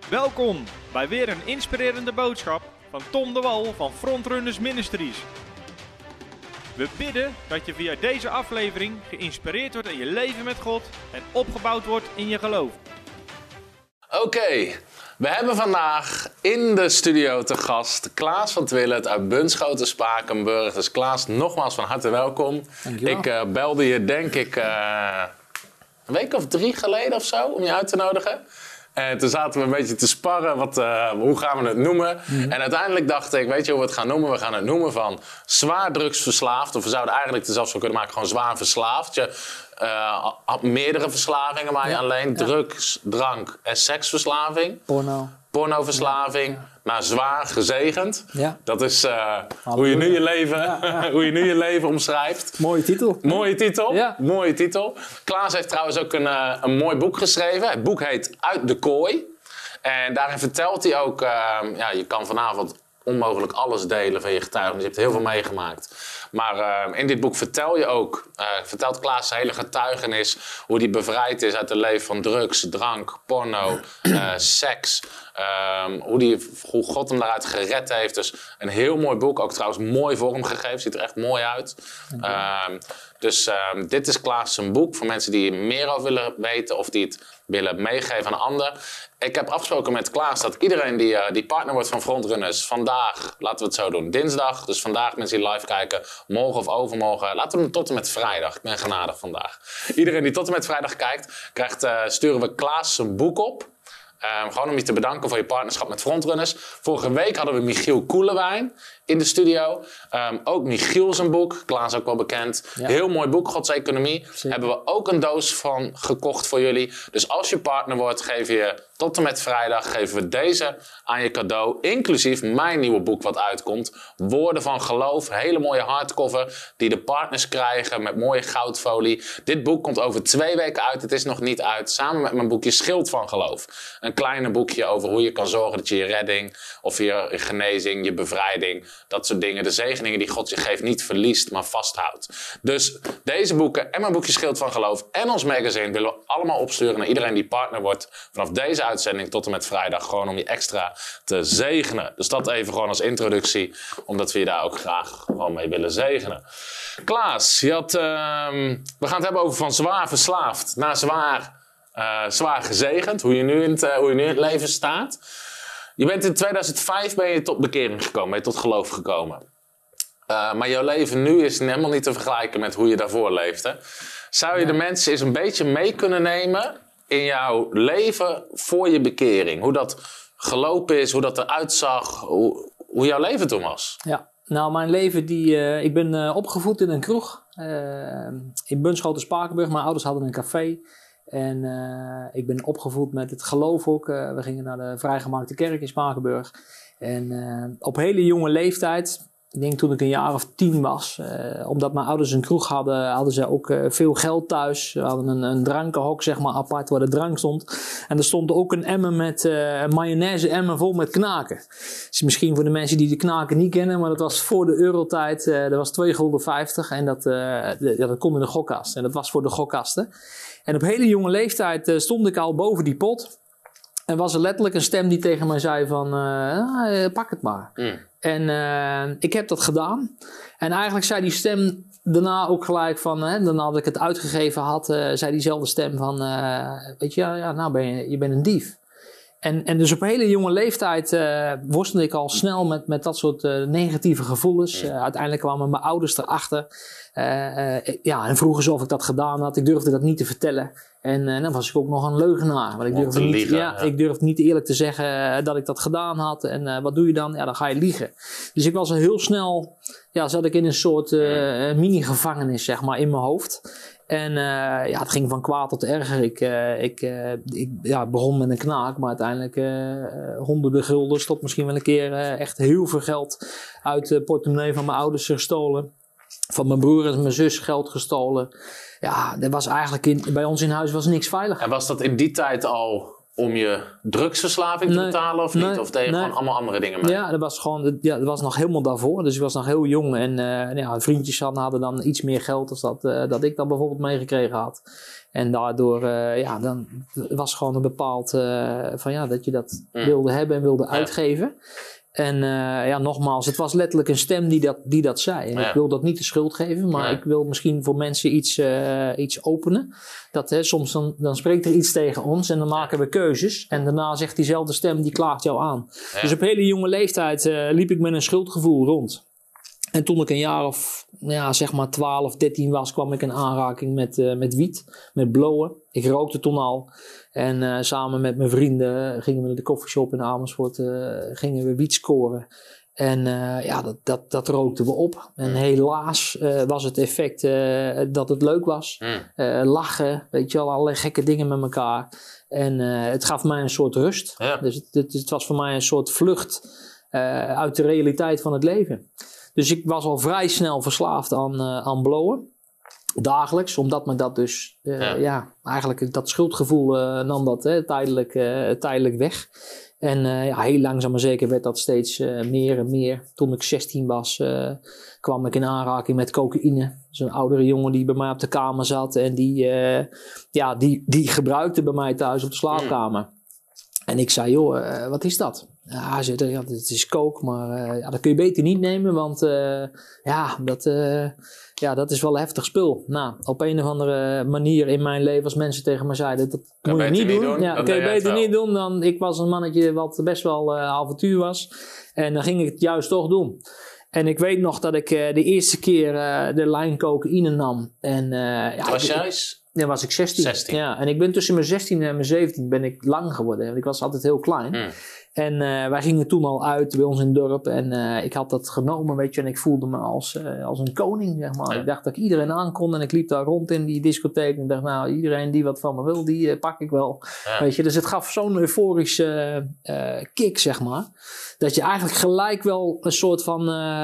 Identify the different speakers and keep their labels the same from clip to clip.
Speaker 1: Welkom bij weer een inspirerende boodschap van Tom de Wal van Frontrunners Ministries. We bidden dat je via deze aflevering geïnspireerd wordt in je leven met God en opgebouwd wordt in je geloof.
Speaker 2: Oké, we hebben vandaag in de studio te gast Klaas van Twillet uit Bunschoten, Spakenburg. Dus Klaas, nogmaals van harte welkom.
Speaker 3: Dankjewel.
Speaker 2: Ik belde je denk ik een week of 3 geleden of zo om je uit te nodigen. En toen zaten we een beetje te sparren, hoe gaan we het noemen? Mm-hmm. En uiteindelijk dacht ik, weet je hoe we het gaan noemen? We gaan het noemen van zwaar drugsverslaafd. Of we zouden eigenlijk er zelfs van kunnen maken, gewoon zwaar verslaafd. Je had meerdere verslavingen, maar alleen drugs, drank en seksverslaving. Pornoverslaving, maar zwaar gezegend. Ja. Dat is hoe je nu je leven omschrijft.
Speaker 3: Mooie titel.
Speaker 2: Mooie titel. Klaas heeft trouwens ook een mooi boek geschreven. Het boek heet Uit de Kooi. En daarin vertelt hij ook, je kan vanavond onmogelijk alles delen van je getuigenis. Je hebt heel veel meegemaakt. Maar in dit boek vertelt Klaas zijn hele getuigenis hoe hij bevrijd is uit het leven van drugs, drank, porno, seks. Hoe God hem daaruit gered heeft. Dus een heel mooi boek. Ook trouwens mooi vormgegeven. Ziet er echt mooi uit. Dit is Klaas zijn boek. Voor mensen die er meer over willen weten. Of die het willen meegeven aan anderen. Ik heb afgesproken met Klaas dat iedereen die partner wordt van Frontrunners. Vandaag, laten we het zo doen. Dinsdag. Dus vandaag mensen die live kijken. Morgen of overmorgen. Laten we hem tot en met vrijdag. Ik ben genadig vandaag. Iedereen die tot en met vrijdag kijkt. Sturen we Klaas zijn boek op. Gewoon om je te bedanken voor je partnerschap met Frontrunners. Vorige week hadden we Michiel Koelewijn in de studio. Ook Michiel zijn boek, Klaas ook wel bekend. Ja. Heel mooi boek, Gods Economie. Zeker. Hebben we ook een doos van gekocht voor jullie. Dus als je partner wordt, geven we deze aan je cadeau. Inclusief mijn nieuwe boek wat uitkomt. Woorden van Geloof. Hele mooie hardcover die de partners krijgen met mooie goudfolie. Dit boek komt over 2 weken uit. Het is nog niet uit. Samen met mijn boekje Schild van Geloof. Een kleine boekje over hoe je kan zorgen dat je je redding of je genezing, je bevrijding, dat soort dingen, de zegeningen die God je geeft, niet verliest, maar vasthoudt. Dus deze boeken en mijn boekje Schild van Geloof en ons magazine willen we allemaal opsturen naar iedereen die partner wordt vanaf deze uitzending tot en met vrijdag. Gewoon om je extra te zegenen. Dus dat even gewoon als introductie, omdat we je daar ook graag gewoon mee willen zegenen. Klaas, we gaan het hebben over van zwaar verslaafd naar zwaar gezegend. Hoe je nu in het leven staat. Je bent in 2005 tot bekering gekomen, ben je tot geloof gekomen. Maar jouw leven nu is helemaal niet te vergelijken met hoe je daarvoor leefde. Zou je de mensen eens een beetje mee kunnen nemen in jouw leven voor je bekering? Hoe dat gelopen is, hoe dat eruit zag, hoe jouw leven toen was?
Speaker 3: Ja, nou mijn leven, ik ben opgevoed in een kroeg in Bunschoten, Spakenburg. Mijn ouders hadden een café. En ik ben opgevoed met het geloof ook. We gingen naar de Vrijgemaakte Kerk in Spakenburg. En op hele jonge leeftijd, ik denk toen ik een jaar of 10 was, omdat mijn ouders een kroeg hadden ze ook veel geld thuis. We hadden een drankenhok, zeg maar, apart waar de drank stond. En er stond ook een emmer met een mayonaise-emmer vol met knaken. Dus misschien voor de mensen die de knaken niet kennen, maar dat was voor de eurotijd. Dat was 2,50 gulden en dat kon in de gokkast. En dat was voor de gokkasten. En op hele jonge leeftijd stond ik al boven die pot. En was er letterlijk een stem die tegen mij zei van, pak het maar. En ik heb dat gedaan. En eigenlijk zei die stem daarna ook gelijk van, daarna dat ik het uitgegeven had, zei diezelfde stem van, weet je, nou je bent een dief. En dus op hele jonge leeftijd worstelde ik al snel met dat soort negatieve gevoelens. Uiteindelijk kwamen mijn ouders erachter. En vroegen ze of ik dat gedaan had. Ik durfde dat niet te vertellen. En dan was ik ook nog een leugenaar. Want ik durfde niet eerlijk te zeggen dat ik dat gedaan had. En wat doe je dan? Ja, dan ga je liegen. Dus ik was al heel snel, zat ik in een soort mini-gevangenis, zeg maar, in mijn hoofd. En het ging van kwaad tot erger. Ik begon met een knaak, maar uiteindelijk honderden guldens tot misschien wel een keer echt heel veel geld uit de portemonnee van mijn ouders gestolen. Van mijn broer en mijn zus geld gestolen. Ja, er was eigenlijk bij ons in huis was niks veilig.
Speaker 2: En was dat in die tijd al om je drugsverslaving te betalen of niet?
Speaker 3: Nee,
Speaker 2: Of deed je gewoon allemaal andere dingen mee?
Speaker 3: Ja, dat was nog helemaal daarvoor. Dus ik was nog heel jong. En vriendjes hadden dan iets meer geld dan dat ik dan bijvoorbeeld meegekregen had. En daardoor dan was gewoon een bepaald dat je dat wilde hebben en wilde uitgeven. En nogmaals, het was letterlijk een stem die dat zei. En ik wil dat niet de schuld geven, maar ik wil misschien voor mensen iets openen. Dat soms dan spreekt er iets tegen ons en dan maken we keuzes. En daarna zegt diezelfde stem, die klaagt jou aan. Ja. Dus op hele jonge leeftijd liep ik met een schuldgevoel rond. En toen ik een jaar of 12, 13 was, kwam ik in aanraking met wiet, met blowen. Ik rookte toen al. En samen met mijn vrienden gingen we naar de coffeeshop in Amersfoort, gingen we wiet scoren. En dat rookten we op. En helaas was het effect dat het leuk was. Lachen, weet je wel, allerlei gekke dingen met elkaar. En het gaf mij een soort rust. Ja. Dus het was voor mij een soort vlucht uit de realiteit van het leven. Dus ik was al vrij snel verslaafd aan blowen. Dagelijks, omdat me dat dus eigenlijk dat schuldgevoel nam dat tijdelijk weg. En heel langzaam maar zeker werd dat steeds meer en meer. Toen ik 16 was, kwam ik in aanraking met cocaïne. Dus een oudere jongen die bij mij op de kamer zat en die gebruikte bij mij thuis op de slaapkamer. En ik zei, joh, wat is dat? Ja, hij zei, het is coke, maar dat kun je beter niet nemen, want dat is wel een heftig spul. Nou, op een of andere manier in mijn leven, als mensen tegen me zeiden, dat moet je niet doen. Ja, dat kun je beter niet doen. Dan, ik was een mannetje wat best wel avontuur was. En dan ging ik het juist toch doen. En ik weet nog dat ik de eerste keer de lijn cocaïne nam. En,
Speaker 2: was jij?
Speaker 3: Ja, was ik 16. Ja, en ik ben tussen mijn 16 en mijn 17 ben ik lang geworden. Want ik was altijd heel klein. En wij gingen toen al uit bij ons in het dorp. En ik had dat genomen, weet je. En ik voelde me als een koning, zeg maar. Ja. Ik dacht dat ik iedereen aankon. En ik liep daar rond in die discotheek. En ik dacht, nou, iedereen die wat van me wil, die pak ik wel. Ja. Weet je, dus het gaf zo'n euforische kick, zeg maar. Dat je eigenlijk gelijk wel een soort van,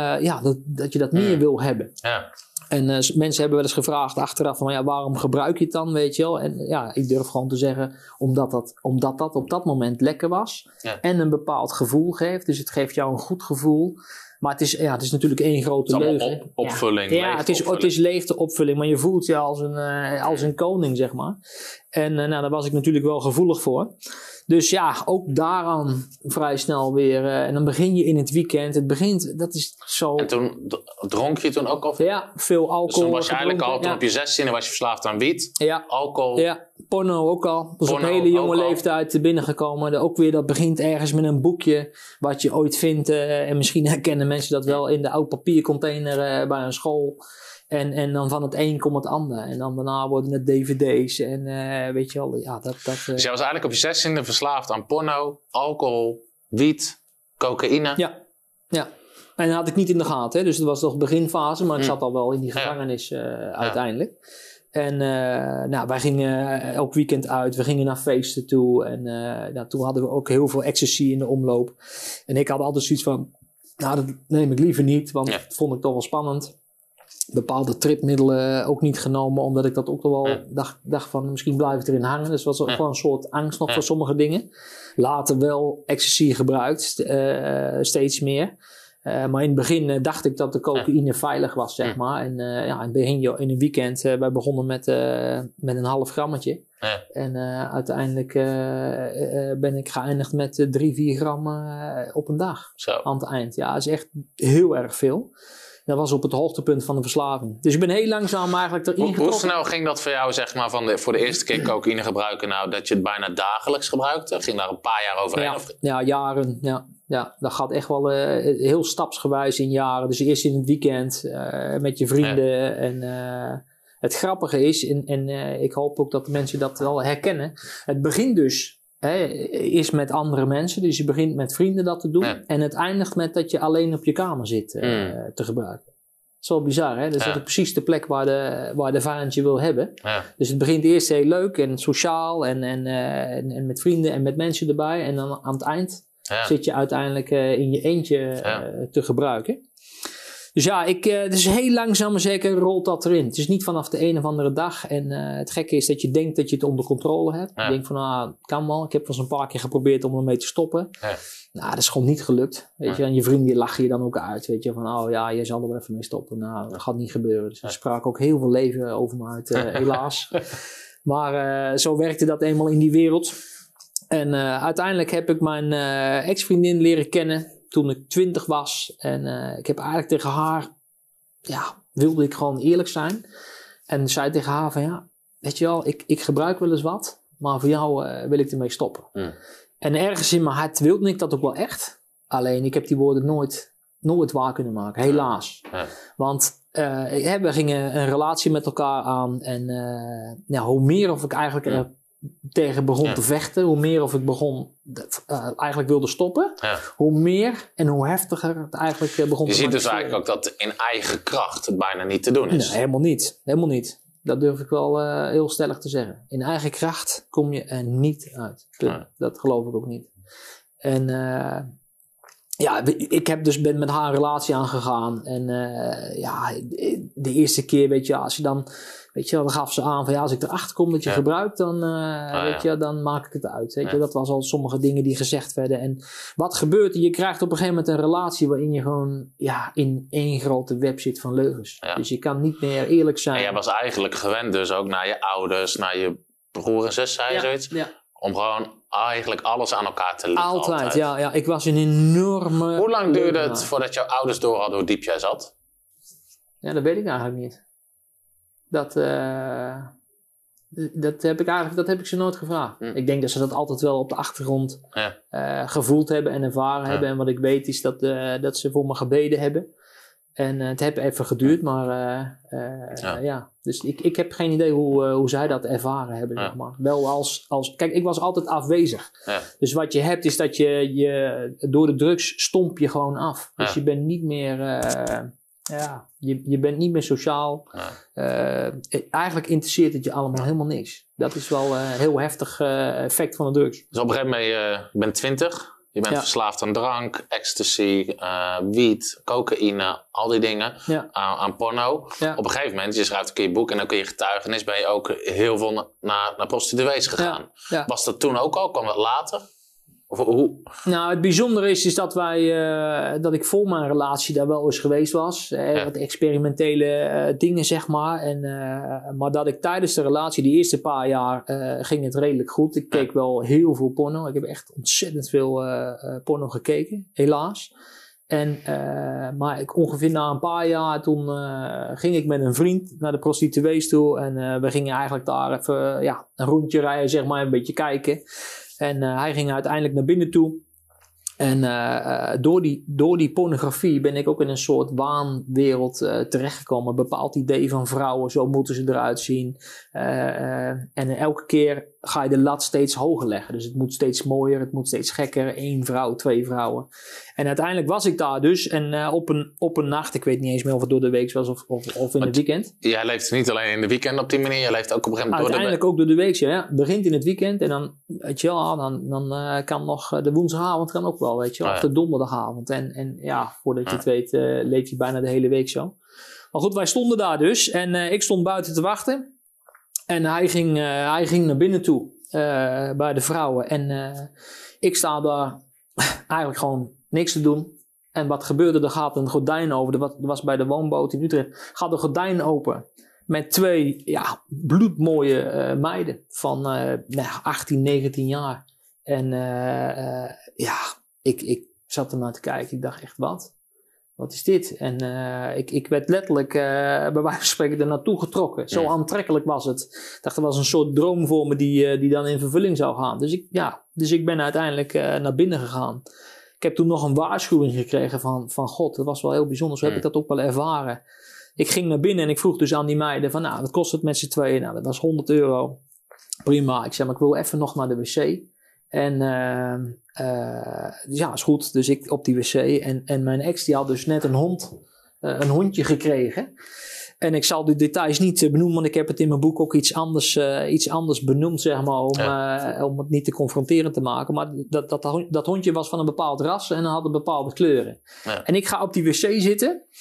Speaker 3: dat je dat meer wil hebben. Ja. En mensen hebben wel eens gevraagd achteraf van waarom gebruik je het dan, weet je wel. En ik durf gewoon te zeggen omdat dat op dat moment lekker was. Ja. En een bepaald gevoel geeft. Dus het geeft jou een goed gevoel. Maar het is natuurlijk één grote leugen.
Speaker 2: Opvulling.
Speaker 3: Ja, het is leegteopvulling. Maar je voelt je als een koning, zeg maar. En daar was ik natuurlijk wel gevoelig voor. Dus ja, ook daaraan vrij snel weer. En dan begin je in het weekend. Dat is zo.
Speaker 2: En toen dronk je toen ook al?
Speaker 3: Ja, veel alcohol. Dus
Speaker 2: toen was je eigenlijk al, toen op je 16 was je verslaafd aan wiet. Ja. Alcohol.
Speaker 3: Ja, porno ook al. Dus op een hele jonge leeftijd binnengekomen. Ook weer, dat begint ergens met een boekje. Wat je ooit vindt. En misschien herkennen mensen dat wel in de oude papiercontainer bij een school. En dan van het een komt het ander. En dan daarna worden het dvd's. En weet je wel, ja, dat...
Speaker 2: Dus jij was eigenlijk op je 16e verslaafd aan porno, alcohol, wiet, cocaïne.
Speaker 3: Ja. En dat had ik niet in de gaten. Hè? Dus het was toch beginfase. Maar ik zat al wel in die gevangenis uiteindelijk. En wij gingen elk weekend uit. We gingen naar feesten toe. En toen hadden we ook heel veel ecstasy in de omloop. En ik had altijd zoiets van... Nou, dat neem ik liever niet. Want dat vond ik toch wel spannend. Bepaalde tripmiddelen ook niet genomen, omdat ik dat ook wel dacht van misschien blijf ik erin hangen. Dus was ook gewoon een soort angst nog voor sommige dingen. Later wel ecstasy gebruikt, steeds meer. Maar in het begin dacht ik dat de cocaïne veilig was, zeg maar. En in het begin in een weekend, wij begonnen met een half grammetje. En uiteindelijk ben ik geëindigd met 3-4 gram op een dag.
Speaker 2: Zo.
Speaker 3: Aan het eind. Ja, dat is echt heel erg veel. Dat was op het hoogtepunt van de verslaving. Dus ik ben heel langzaam eigenlijk erin getrokken.
Speaker 2: Hoe snel ging dat voor jou, zeg maar, voor de eerste keer cocaïne gebruiken, nou, dat je het bijna dagelijks gebruikte? Ging daar een paar jaar overheen?
Speaker 3: Ja, jaren. Ja, dat gaat echt wel heel stapsgewijs in jaren. Dus eerst in het weekend met je vrienden. Ja. En het grappige is, en ik hoop ook dat de mensen dat wel herkennen. Het begint dus... is met andere mensen. Dus je begint met vrienden dat te doen. Ja. En het eindigt met dat je alleen op je kamer zit te gebruiken. Dat is wel bizar, hè? Dat is precies de plek waar de vijand je wil hebben. Ja. Dus het begint eerst heel leuk en sociaal en met vrienden en met mensen erbij. En dan aan het eind zit je uiteindelijk in je eentje te gebruiken. Dus ja, het is heel langzaam maar zeker rolt dat erin. Het is niet vanaf de een of andere dag. En het gekke is dat je denkt dat je het onder controle hebt. Je denkt van, kan wel. Ik heb wel eens een paar keer geprobeerd om ermee te stoppen. Ja. Nou, dat is gewoon niet gelukt. Weet je? En je vrienden die lachen je dan ook uit. Weet je, van je zal er wel even mee stoppen. Nou, dat gaat niet gebeuren. Dus er spraken ook heel veel leven over me uit, helaas. Maar zo werkte dat eenmaal in die wereld. En uiteindelijk heb ik mijn ex-vriendin leren kennen toen ik 20 was. En ik heb eigenlijk tegen haar, wilde ik gewoon eerlijk zijn. En zei tegen haar van, weet je wel, ik gebruik wel eens wat. Maar voor jou wil ik ermee stoppen. En ergens in mijn hart wilde ik dat ook wel echt. Alleen ik heb die woorden nooit waar kunnen maken, helaas. Want we gingen een relatie met elkaar aan. En hoe meer of ik eigenlijk tegen begon te vechten, hoe meer of ik eigenlijk wilde stoppen, hoe meer en hoe heftiger het eigenlijk begon te
Speaker 2: Je ziet dus eigenlijk ook dat in eigen kracht het bijna niet te doen is.
Speaker 3: Nee, helemaal niet. Dat durf ik wel heel stellig te zeggen. In eigen kracht kom je er niet uit. Dat geloof ik ook niet. En ik heb dus ben met haar een relatie aangegaan. En de eerste keer, weet je, als je dan, weet je, dan gaf ze aan van als ik erachter kom dat je gebruikt, dan, weet je, dan maak ik het uit. Weet je, dat was al sommige dingen die gezegd werden. En wat gebeurt er? Je krijgt op een gegeven moment een relatie waarin je gewoon in één grote web zit van leugens. Dus je kan niet meer eerlijk zijn.
Speaker 2: En jij was eigenlijk gewend dus ook naar je ouders, naar je broer en zus, zei je zoiets? Om gewoon eigenlijk alles aan elkaar te leggen.
Speaker 3: Altijd. Ja. Ik was een enorme...
Speaker 2: Hoe lang duurde het voordat jouw ouders door hadden hoe diep jij zat?
Speaker 3: Ja, dat weet ik eigenlijk niet. Dat heb ik ze nooit gevraagd. Ik denk dat ze dat altijd wel op de achtergrond gevoeld hebben en ervaren hebben. En wat ik weet is dat ze voor me gebeden hebben. En het heeft even geduurd, maar dus ik heb geen idee hoe zij dat ervaren hebben, zeg maar. Wel als kijk, ik was altijd afwezig. Dus wat je hebt is dat je door de drugs stomp je gewoon af. Dus je bent niet meer, je bent niet meer sociaal. Eigenlijk interesseert het je allemaal helemaal niks. Dat is wel een heel heftig effect van de drugs. Dus
Speaker 2: op een gegeven moment, je bent 20. Je bent verslaafd aan drank, ecstasy, wiet, cocaïne, al die dingen. Aan porno. Op een gegeven moment, je schrijft een keer je boek en dan kun je getuigenis, ben je ook heel veel naar prostituees gegaan. Was dat toen ook al? Kwam dat later? Of hoe?
Speaker 3: Nou, het bijzondere is dat dat ik voor mijn relatie daar wel eens geweest was. Wat experimentele dingen, zeg maar. Maar dat ik tijdens de relatie, die eerste paar jaar, ging het redelijk goed. Ik keek wel heel veel porno. Ik heb echt ontzettend veel porno gekeken, helaas. Maar ongeveer na een paar jaar, toen ging ik met een vriend naar de prostituees toe. En we gingen eigenlijk daar even een rondje rijden, zeg maar, een beetje kijken. En hij ging uiteindelijk naar binnen toe. En door die pornografie ben ik ook in een soort waanwereld terechtgekomen. Een bepaald idee van vrouwen, zo moeten ze eruit zien. En elke keer ga je de lat steeds hoger leggen. Dus het moet steeds mooier, het moet steeds gekker. 1 vrouw, 2 vrouwen. En uiteindelijk was ik daar dus. En op een nacht, ik weet niet eens meer of het door de week was of in het weekend.
Speaker 2: Jij leeft niet alleen in de weekend op die manier, jij leeft ook op een gegeven moment
Speaker 3: uiteindelijk ook door de week. Ja. Het begint in het weekend en dan, weet je wel, dan kan nog de woensdagavond kan ook wel, weet je wel. Of de donderdagavond. En voordat je het weet, leef je bijna de hele week zo. Maar goed, wij stonden daar dus. En ik stond buiten te wachten. En hij ging naar binnen toe bij de vrouwen. En ik sta daar eigenlijk gewoon niks te doen. En wat gebeurde? Er gaat een gordijn open. Dat was bij de woonboot in Utrecht. Gaat een gordijn open. Met 2 bloedmooie meiden van 18, 19 jaar. En ik zat ernaar te kijken. Ik dacht echt, wat is dit? En ik werd letterlijk bij wijze van spreken er naartoe getrokken. Zo aantrekkelijk was het. Ik dacht, er was een soort droom voor me die dan in vervulling zou gaan. Dus ik ben uiteindelijk naar binnen gegaan. Ik heb toen nog een waarschuwing gekregen van God. Dat was wel heel bijzonder. Zo heb ik dat ook wel ervaren. Ik ging naar binnen en ik vroeg dus aan die meiden van, wat kost het met z'n tweeën? Nou, dat was €100. Prima. Ik zei, maar ik wil even nog naar de wc. En is goed. Dus ik op die wc. En mijn ex die had dus net een hondje gekregen. En ik zal de details niet benoemen, want ik heb het in mijn boek ook iets anders benoemd, zeg maar, om het niet te confronterend te maken. Maar dat hondje was van een bepaald ras en had een bepaalde kleuren. Ja. En ik ga op die wc zitten.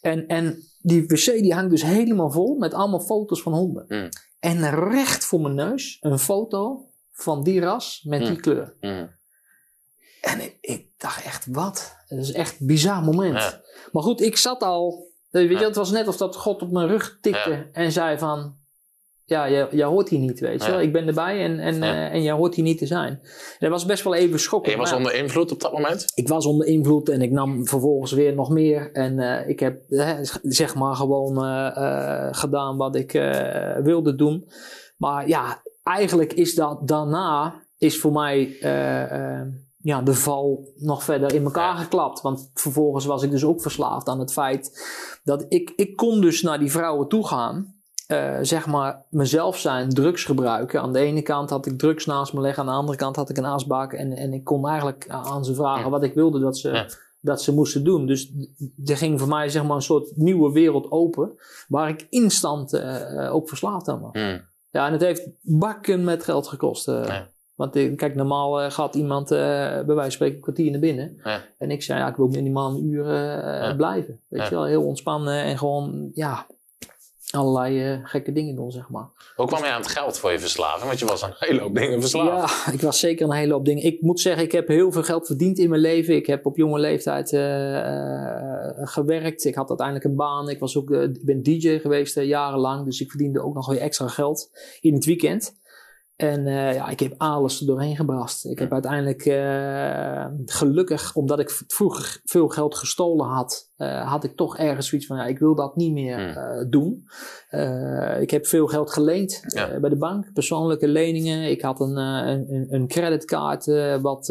Speaker 3: En die wc die hangt dus helemaal vol met allemaal foto's van honden.
Speaker 2: Mm.
Speaker 3: En recht voor mijn neus een foto van die ras met die kleur.
Speaker 2: Mm.
Speaker 3: En ik dacht echt, wat? Dat is echt een bizar moment.
Speaker 2: Ja.
Speaker 3: Maar goed, ik zat al... Weet je, het was net of dat God op mijn rug tikte en zei van... Ja, jij hoort hier niet, weet je wel. Ik ben erbij en jij hoort hier niet te zijn. Dat was best wel even schokkend.
Speaker 2: En je was onder invloed op dat moment?
Speaker 3: Ik was onder invloed en ik nam vervolgens weer nog meer. En ik heb zeg maar gewoon gedaan wat ik wilde doen. Maar ja, eigenlijk is dat daarna... is voor mij de val nog verder in elkaar geklapt. Want vervolgens was ik dus ook verslaafd aan het feit... dat ik kon dus naar die vrouwen toe gaan... zeg maar mezelf zijn, drugs gebruiken. Aan de ene kant had ik drugs naast me liggen, aan de andere kant had ik een asbak en ik kon eigenlijk aan ze vragen wat ik wilde dat ze moesten doen. Dus er ging voor mij zeg maar een soort nieuwe wereld open, waar ik instant ook verslaafd aan was. Ja, en het heeft bakken met geld gekost. Want kijk, normaal gaat iemand bij wijze van spreken een kwartier naar binnen. En ik zei, ik wil minimaal een uur blijven. Weet je wel, heel ontspannen en gewoon, allerlei gekke dingen doen, zeg maar.
Speaker 2: Hoe kwam je aan het geld voor je verslaving? Want je was aan een hele hoop dingen verslaafd.
Speaker 3: Ja, ik was zeker een hele hoop dingen. Ik moet zeggen, ik heb heel veel geld verdiend in mijn leven. Ik heb op jonge leeftijd gewerkt. Ik had uiteindelijk een baan. Ik ben DJ geweest jarenlang. Dus ik verdiende ook nog weer extra geld in het weekend. En ik heb alles er doorheen gebrast. Ik heb uiteindelijk gelukkig, omdat ik vroeger veel geld gestolen had ik toch ergens zoiets van, ik wil dat niet meer doen. Ik heb veel geld geleend bij de bank, persoonlijke leningen. Ik had een creditcard wat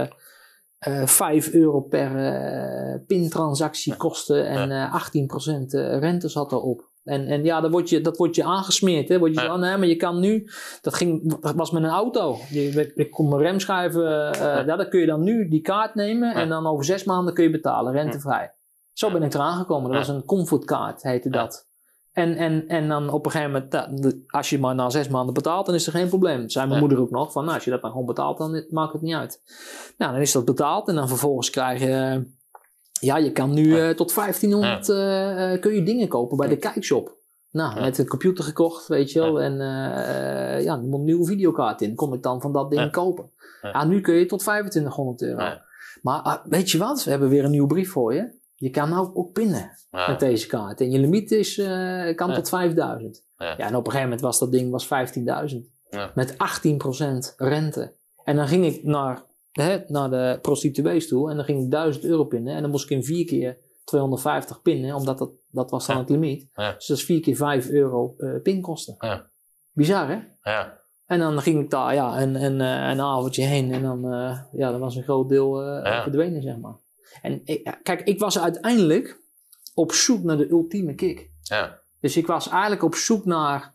Speaker 3: €5 per pintransactie kostte en 18% rente zat erop. En dat wordt je aangesmeerd. Hè? Word je zo, nee, maar je kan nu... Dat was met een auto. Ik kon mijn remschijven... dan kun je dan nu die kaart nemen. En dan over 6 maanden kun je betalen. Rentevrij. Zo ben ik eraan gekomen. Dat was een comfortkaart, heette dat. En dan op een gegeven moment... als je maar na 6 maanden betaalt, dan is er geen probleem. Dat zei mijn moeder ook nog. Van, als je dat dan gewoon betaalt, dan maakt het niet uit. Nou, dan is dat betaald. En dan vervolgens krijg je... je kan nu tot 1500 kun je dingen kopen bij de kijkshop. Nou, met een computer gekocht, weet je wel. En er moet een nieuwe videokaart in. Kon ik dan van dat ding kopen. Nu kun je tot €2500. Maar weet je wat? We hebben weer een nieuwe brief voor je. Je kan nou ook pinnen met deze kaart. En je limiet kan tot 5000. En op een gegeven moment was dat ding 15.000. Met 18% rente. En dan ging ik naar de prostituees toe. En dan ging ik €1000 pinnen. En dan moest ik in 4 keer 250 pinnen. Omdat dat was dan het limiet. Dus dat is 4 keer €5 pinkosten. Bizar, hè?
Speaker 2: Ja.
Speaker 3: En dan ging ik daar een avondje heen. En dan was een groot deel verdwenen, zeg maar. En kijk, ik was uiteindelijk op zoek naar de ultieme kick. Dus ik was eigenlijk op zoek naar...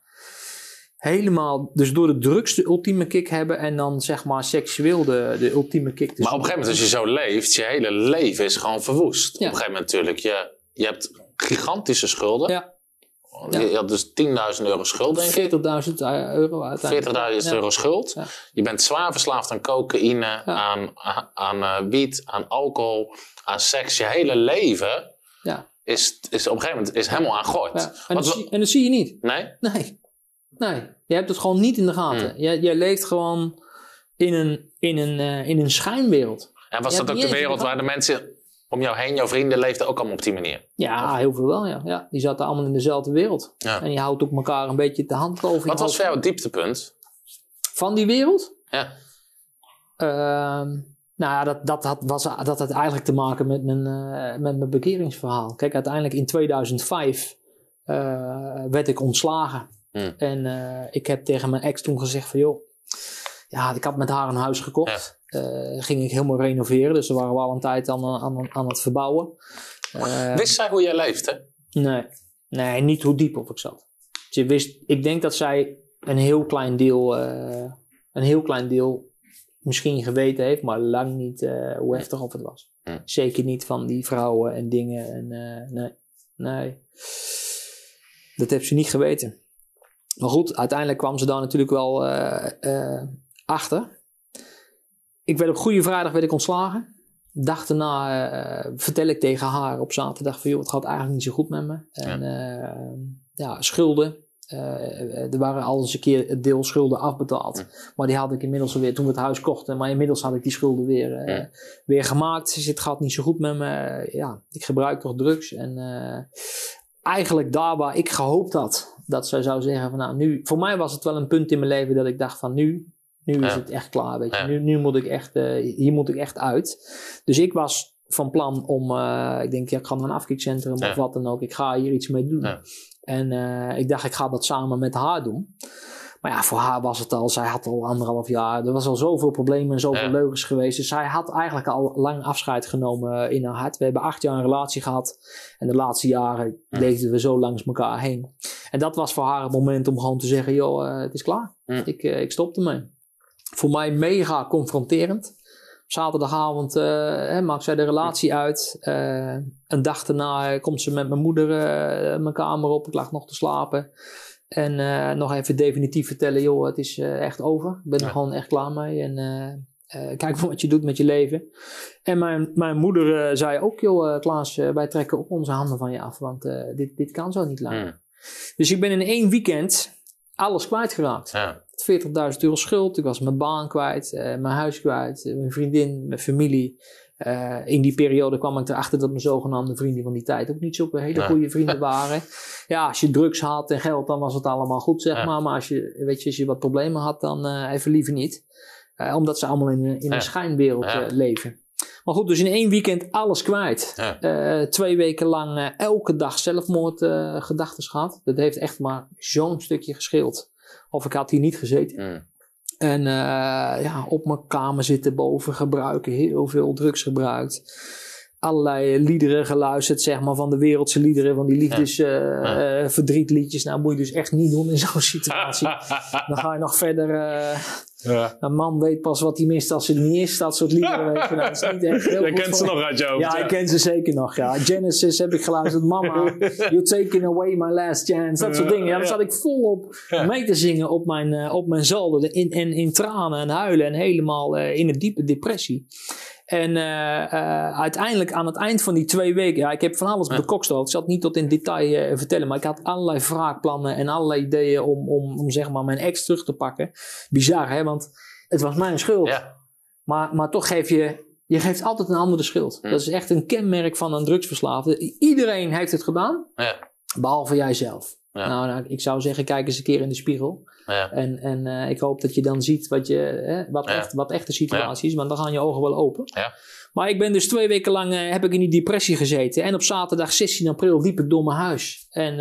Speaker 3: helemaal, dus door de drugs de ultieme kick hebben en dan zeg maar seksueel de ultieme kick.
Speaker 2: Maar op een gegeven moment als je zo leeft, je hele leven is gewoon verwoest. Op een gegeven moment natuurlijk, je hebt gigantische schulden. Je had dus €10.000 schuld, denk ik.
Speaker 3: €40.000 uiteindelijk.
Speaker 2: €40.000 schuld. Je bent zwaar verslaafd aan cocaïne, aan wiet, aan alcohol, aan seks. Je hele leven is op een gegeven moment helemaal aan God.
Speaker 3: En dat zie je niet.
Speaker 2: Nee?
Speaker 3: Nee, je hebt het gewoon niet in de gaten. Jij leeft gewoon in een schijnwereld.
Speaker 2: En was dat ook de wereld waar de mensen om jou heen, jouw vrienden, leefden ook allemaal op die manier?
Speaker 3: Ja, heel veel wel, ja. Die zaten allemaal in dezelfde wereld. En je houdt ook elkaar een beetje de hand over.
Speaker 2: Wat was voor jou het dieptepunt?
Speaker 3: Van die wereld?
Speaker 2: Ja.
Speaker 3: Dat had eigenlijk te maken met mijn bekeringsverhaal. Kijk, uiteindelijk in 2005 werd ik ontslagen. En ik heb tegen mijn ex toen gezegd van ik had met haar een huis gekocht. Ging ik helemaal renoveren. Dus we waren al een tijd aan het verbouwen.
Speaker 2: Wist zij hoe jij leefde?
Speaker 3: Nee, niet hoe diep op ik zat. Ik denk dat zij een heel klein deel misschien geweten heeft, maar lang niet hoe heftig op het was. Zeker niet van die vrouwen en dingen. En, nee. Dat heeft ze niet geweten. Maar goed, uiteindelijk kwam ze daar natuurlijk wel achter. Ik werd op Goede Vrijdag ontslagen. Dag daarna vertel ik tegen haar op zaterdag van, joh, het gaat eigenlijk niet zo goed met me. En schulden. Er waren al eens een keer een deel schulden afbetaald. Maar die had ik inmiddels alweer toen we het huis kochten. Maar inmiddels had ik die schulden weer gemaakt. Dus het gaat niet zo goed met me. Ik gebruik toch drugs. En eigenlijk daar waar ik gehoopt had dat zij zou zeggen van nou nu. Voor mij was het wel een punt in mijn leven dat ik dacht van nu is het echt klaar. Weet je. Nu moet ik echt, hier moet ik echt uit. Dus ik was van plan om, ik denk ik ga naar een afkikcentrum of wat dan ook. Ik ga hier iets mee doen. Ja. En ik dacht, ik ga dat samen met haar doen. Maar ja, voor haar was het al, zij had al 1,5 jaar. Er was al zoveel problemen en zoveel leugens geweest. Dus zij had eigenlijk al lang afscheid genomen in haar hart. We hebben 8 jaar een relatie gehad. En de laatste jaren leefden we zo langs elkaar heen. En dat was voor haar het moment om gewoon te zeggen, joh, het is klaar. Ik stop ermee. Voor mij mega confronterend. Zaterdagavond maakt zij de relatie uit. Een dag daarna komt ze met mijn moeder mijn kamer op. Ik lag nog te slapen. En nog even definitief vertellen, joh, het is echt over. Ik ben er gewoon echt klaar mee. En kijk wat je doet met je leven. En mijn moeder zei ook, joh, Klaas, wij trekken ook onze handen van je af. Want dit kan zo niet langer. Dus ik ben in 1 weekend alles kwijtgeraakt. 40.000 euro schuld. Ik was mijn baan kwijt. Mijn huis kwijt. Mijn vriendin, mijn familie. In die periode kwam ik erachter dat mijn zogenaamde vrienden van die tijd ook niet zo hele goede vrienden waren. Ja, als je drugs had en geld, dan was het allemaal goed, zeg maar. Maar als je wat problemen had, dan even liever niet. Omdat ze allemaal in een schijnwereld leven. Maar goed, dus in 1 weekend alles kwijt. 2 weken lang elke dag zelfmoordgedachten gehad. Dat heeft echt maar zo'n stukje gescheeld. Of ik had hier niet gezeten. En op mijn kamer zitten boven gebruiken. Heel veel drugs gebruikt. Allerlei liederen geluisterd, zeg maar, van de wereldse liederen. Van die liefdesverdrietliedjes. Nou, moet je dus echt niet doen in zo'n situatie. Dan ga je nog verder... Een man weet pas wat hij mist als het niet is. Dat soort liederen. Weet je, nou, dat is niet echt heel
Speaker 1: je kent ze nog uit je hoofd.
Speaker 3: Ja, ik ken ze zeker nog. Ja. Genesis heb ik geluisterd. Mama, you're taking away my last chance. Dat soort dingen. Ja, daar zat ik volop mee te zingen op mijn zolder. In tranen en huilen. En helemaal in een diepe depressie. En uiteindelijk aan het eind van die 2 weken... ik heb van alles bekokstoofd. Ik zal het niet tot in detail vertellen. Maar ik had allerlei wraakplannen en allerlei ideeën om zeg maar mijn ex terug te pakken. Bizar, hè? Want het was mijn schuld. Ja. Maar toch geef je geeft altijd een ander de schuld. Dat is echt een kenmerk van een drugsverslaafde. Iedereen heeft het gedaan. Behalve jijzelf. Nou, ik zou zeggen, kijk eens een keer in de spiegel. En ik hoop dat je dan ziet wat echt de situatie is. Want dan gaan je ogen wel open. Maar ik ben dus 2 weken lang heb ik in die depressie gezeten. En op zaterdag 16 april liep ik door mijn huis. En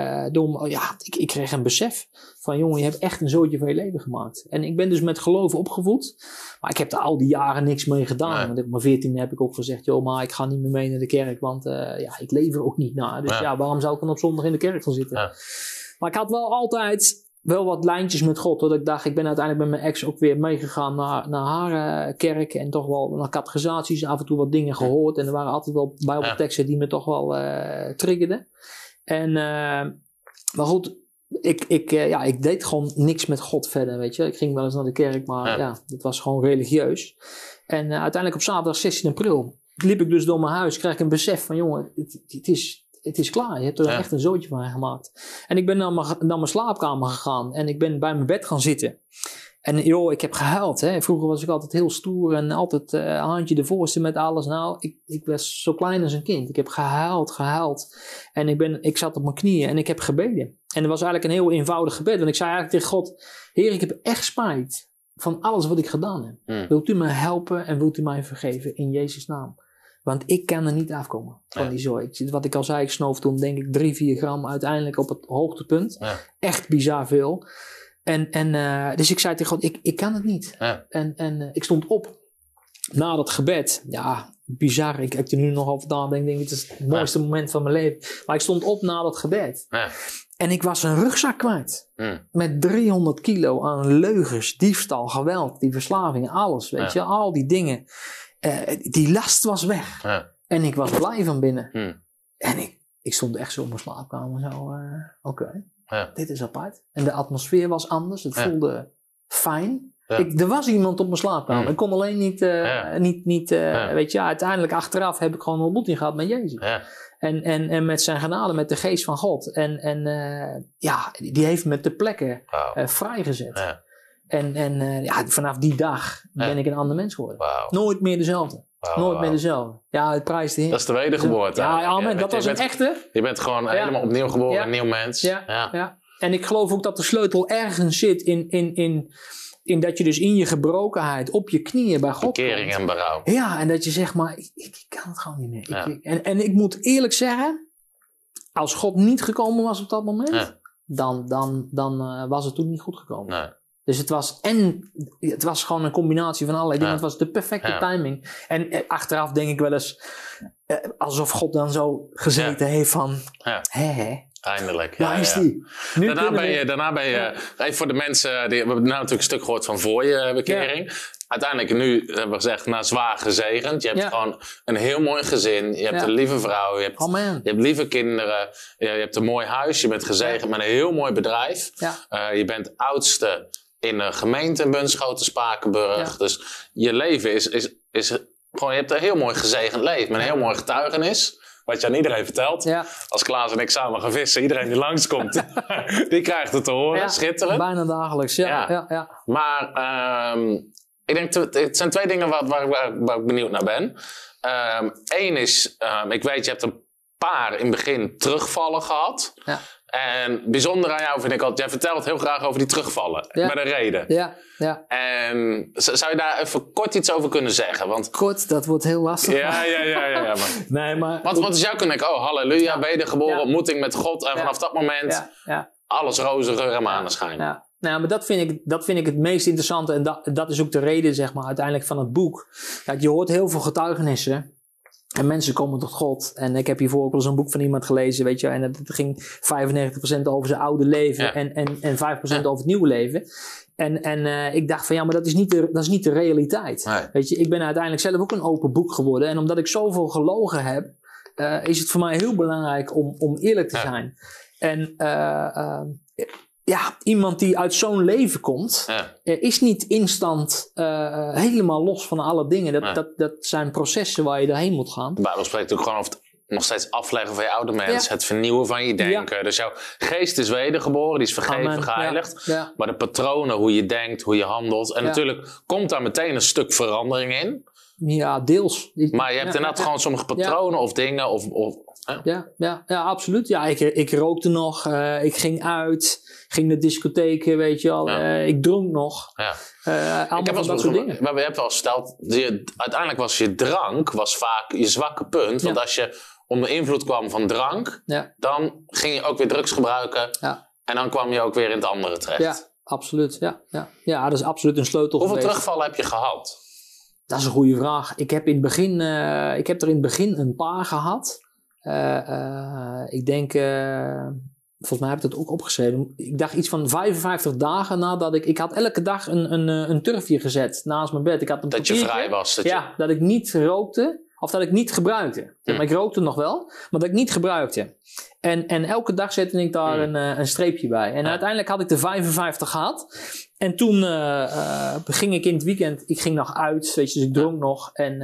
Speaker 3: ik kreeg een besef van, jongen, je hebt echt een zootje van je leven gemaakt. En ik ben dus met geloof opgevoed. Maar ik heb er al die jaren niks mee gedaan. Want op mijn 14e heb ik ook gezegd, joh, maar ik ga niet meer mee naar de kerk. Want ik leef er ook niet naar. Dus waarom zou ik dan op zondag in de kerk gaan zitten? Maar ik had wel altijd... wel wat lijntjes met God. Dat ik dacht, ik ben uiteindelijk met mijn ex ook weer meegegaan naar haar kerk. En toch wel naar catechisaties. Af en toe wat dingen gehoord. En er waren altijd wel bijbelteksten die me toch wel triggerden. En, maar goed, ik deed gewoon niks met God verder, weet je. Ik ging wel eens naar de kerk, maar het was gewoon religieus. En uiteindelijk op zaterdag 16 april liep ik dus door mijn huis. Kreeg ik een besef van, jongen, het is klaar. Je hebt er echt een zootje van gemaakt. En ik ben naar mijn slaapkamer gegaan. En ik ben bij mijn bed gaan zitten. En joh, ik heb gehuild. Hè. Vroeger was ik altijd heel stoer. En altijd handje de voorste met alles. Nou, ik was zo klein als een kind. Ik heb gehuild. En ik zat op mijn knieën en ik heb gebeden. En het was eigenlijk een heel eenvoudig gebed. Want ik zei eigenlijk tegen God, Heer, ik heb echt spijt van alles wat ik gedaan heb. Wilt u mij helpen en wilt u mij vergeven in Jezus' naam? Want ik kan er niet afkomen van die zooi. Wat ik al zei, ik snoof toen denk ik 3-4 gram uiteindelijk op het hoogtepunt. Echt bizar veel. Dus ik zei tegen God, ik kan het niet. En ik stond op na dat gebed. Ja, bizar. Ik er nu nog over nadenken. Ik denk, het is het mooiste moment van mijn leven. Maar ik stond op na dat gebed. En ik was een rugzak kwijt. Met 300 kilo aan leugens, diefstal, geweld, die verslaving, alles. Weet je, al die dingen. Die last was weg. En ik was blij van binnen. En ik stond echt zo op mijn slaapkamer. Oké, dit is apart. En de atmosfeer was anders. Het voelde fijn.
Speaker 2: Ja.
Speaker 3: Er was iemand op mijn slaapkamer. Ik kon alleen niet weet je, uiteindelijk achteraf heb ik gewoon een ontmoeting gehad met Jezus.
Speaker 2: Ja.
Speaker 3: En met zijn genade, met de geest van God. En die heeft me ter plekke vrijgezet.
Speaker 2: Ja.
Speaker 3: En vanaf die dag ben ik een ander mens geworden.
Speaker 2: Wauw.
Speaker 3: Nooit meer dezelfde. Nooit meer dezelfde. Ja, het prijst de Heer.
Speaker 2: Dat is de wedergeboorte.
Speaker 3: Ja, amen. Dat was een echte.
Speaker 2: Je bent gewoon helemaal opnieuw geboren, een nieuw mens.
Speaker 3: Ja. En ik geloof ook dat de sleutel ergens zit in dat je dus in je gebrokenheid op je knieën bij God
Speaker 2: Bekering
Speaker 3: komt.
Speaker 2: en berouw.
Speaker 3: Ja, en dat je zegt, maar ik kan het gewoon niet meer.
Speaker 2: Ja.
Speaker 3: En ik moet eerlijk zeggen, als God niet gekomen was op dat moment, dan was het toen niet goed gekomen.
Speaker 2: Nee.
Speaker 3: Dus het was gewoon een combinatie van allerlei dingen. Het was de perfecte timing. En achteraf denk ik wel eens, alsof God dan zo gezeten heeft van,
Speaker 2: Eindelijk.
Speaker 3: Daar is die.
Speaker 2: Daarna ben je even voor de mensen, we hebben nou natuurlijk een stuk gehoord van voor je bekering. Ja. Uiteindelijk, nu hebben we gezegd, zwaar gezegend. Je hebt gewoon een heel mooi gezin. Je hebt een lieve vrouw. Je hebt lieve kinderen. Je hebt een mooi huis. Je bent gezegend met een heel mooi bedrijf. Ja. Je bent oudste in een gemeente in Bunschoten-Spakenburg. Ja. Dus je leven is gewoon, je hebt een heel mooi gezegend leven. Met een heel mooi getuigenis. Wat je aan iedereen vertelt. Ja. Als Klaas en ik samen gaan vissen, iedereen die langskomt, die krijgt het te horen. Ja, schitterend.
Speaker 3: Bijna dagelijks, ja.
Speaker 2: Maar ik denk, het zijn 2 dingen waar ik benieuwd naar ben. Eén is, ik weet, je hebt een paar in het begin terugvallen gehad. Ja. En bijzonder aan jou vind ik altijd, jij vertelt heel graag over die terugvallen. Met een reden. Ja. En zou je daar even kort iets over kunnen zeggen? Want,
Speaker 3: kort, dat wordt heel lastig.
Speaker 2: Ja. Want wat is jouw kunnen denken? Oh, halleluja, wedergeboren, ontmoeting met God. En vanaf dat moment, alles roze geur en maneschijn. Ja.
Speaker 3: Nou, maar dat vind ik het meest interessante. En dat is ook de reden, zeg maar, uiteindelijk van het boek. Kijk, je hoort heel veel getuigenissen. En mensen komen tot God. En ik heb hiervoor ook wel eens een boek van iemand gelezen, weet je. En het ging 95% over zijn oude leven en 5% over het nieuwe leven. En ik dacht van ja, maar dat is niet de realiteit. Nee. Weet je, ik ben uiteindelijk zelf ook een open boek geworden. En omdat ik zoveel gelogen heb, is het voor mij heel belangrijk om eerlijk te zijn. En iemand die uit zo'n leven komt, is niet instant helemaal los van alle dingen. Dat zijn processen waar je doorheen moet gaan.
Speaker 2: De Bijbel spreekt ook gewoon over het nog steeds afleggen van je oude mens. Het vernieuwen van je denken. Dus jouw geest is wedergeboren, die is vergeven, geheiligd. Ja. Maar de patronen, hoe je denkt, hoe je handelt. En natuurlijk komt daar meteen een stuk verandering in.
Speaker 3: Ja, deels.
Speaker 2: Maar je hebt inderdaad gewoon sommige patronen of dingen.
Speaker 3: Ja, absoluut. Ja, ik rookte nog. Ik ging uit. Ging naar discotheken, weet je al. Ik dronk nog. Ja. Allemaal van dat soort dingen.
Speaker 2: Maar je hebt wel gesteld, uiteindelijk was je drank vaak je zwakke punt. Want als je onder invloed kwam van drank, dan ging je ook weer drugs gebruiken. Ja. En dan kwam je ook weer in het andere terecht.
Speaker 3: Ja, absoluut. Ja, dat is absoluut een sleutel.
Speaker 2: Hoeveel terugvallen heb je gehad?
Speaker 3: Dat is een goede vraag. Ik heb er in het begin een paar gehad. Ik denk, volgens mij heb ik dat ook opgeschreven. Ik dacht iets van 55 dagen nadat ik had elke dag een turfje gezet naast mijn bed. Ik had een
Speaker 2: dat je vrij was.
Speaker 3: Dat ik niet rookte of dat ik niet gebruikte. Maar ik rookte nog wel, maar dat ik niet gebruikte. En elke dag zette ik daar een streepje bij. En uiteindelijk had ik de 55 gehad. En toen ging ik in het weekend, ik ging nog uit, weet je, dus ik dronk nog. En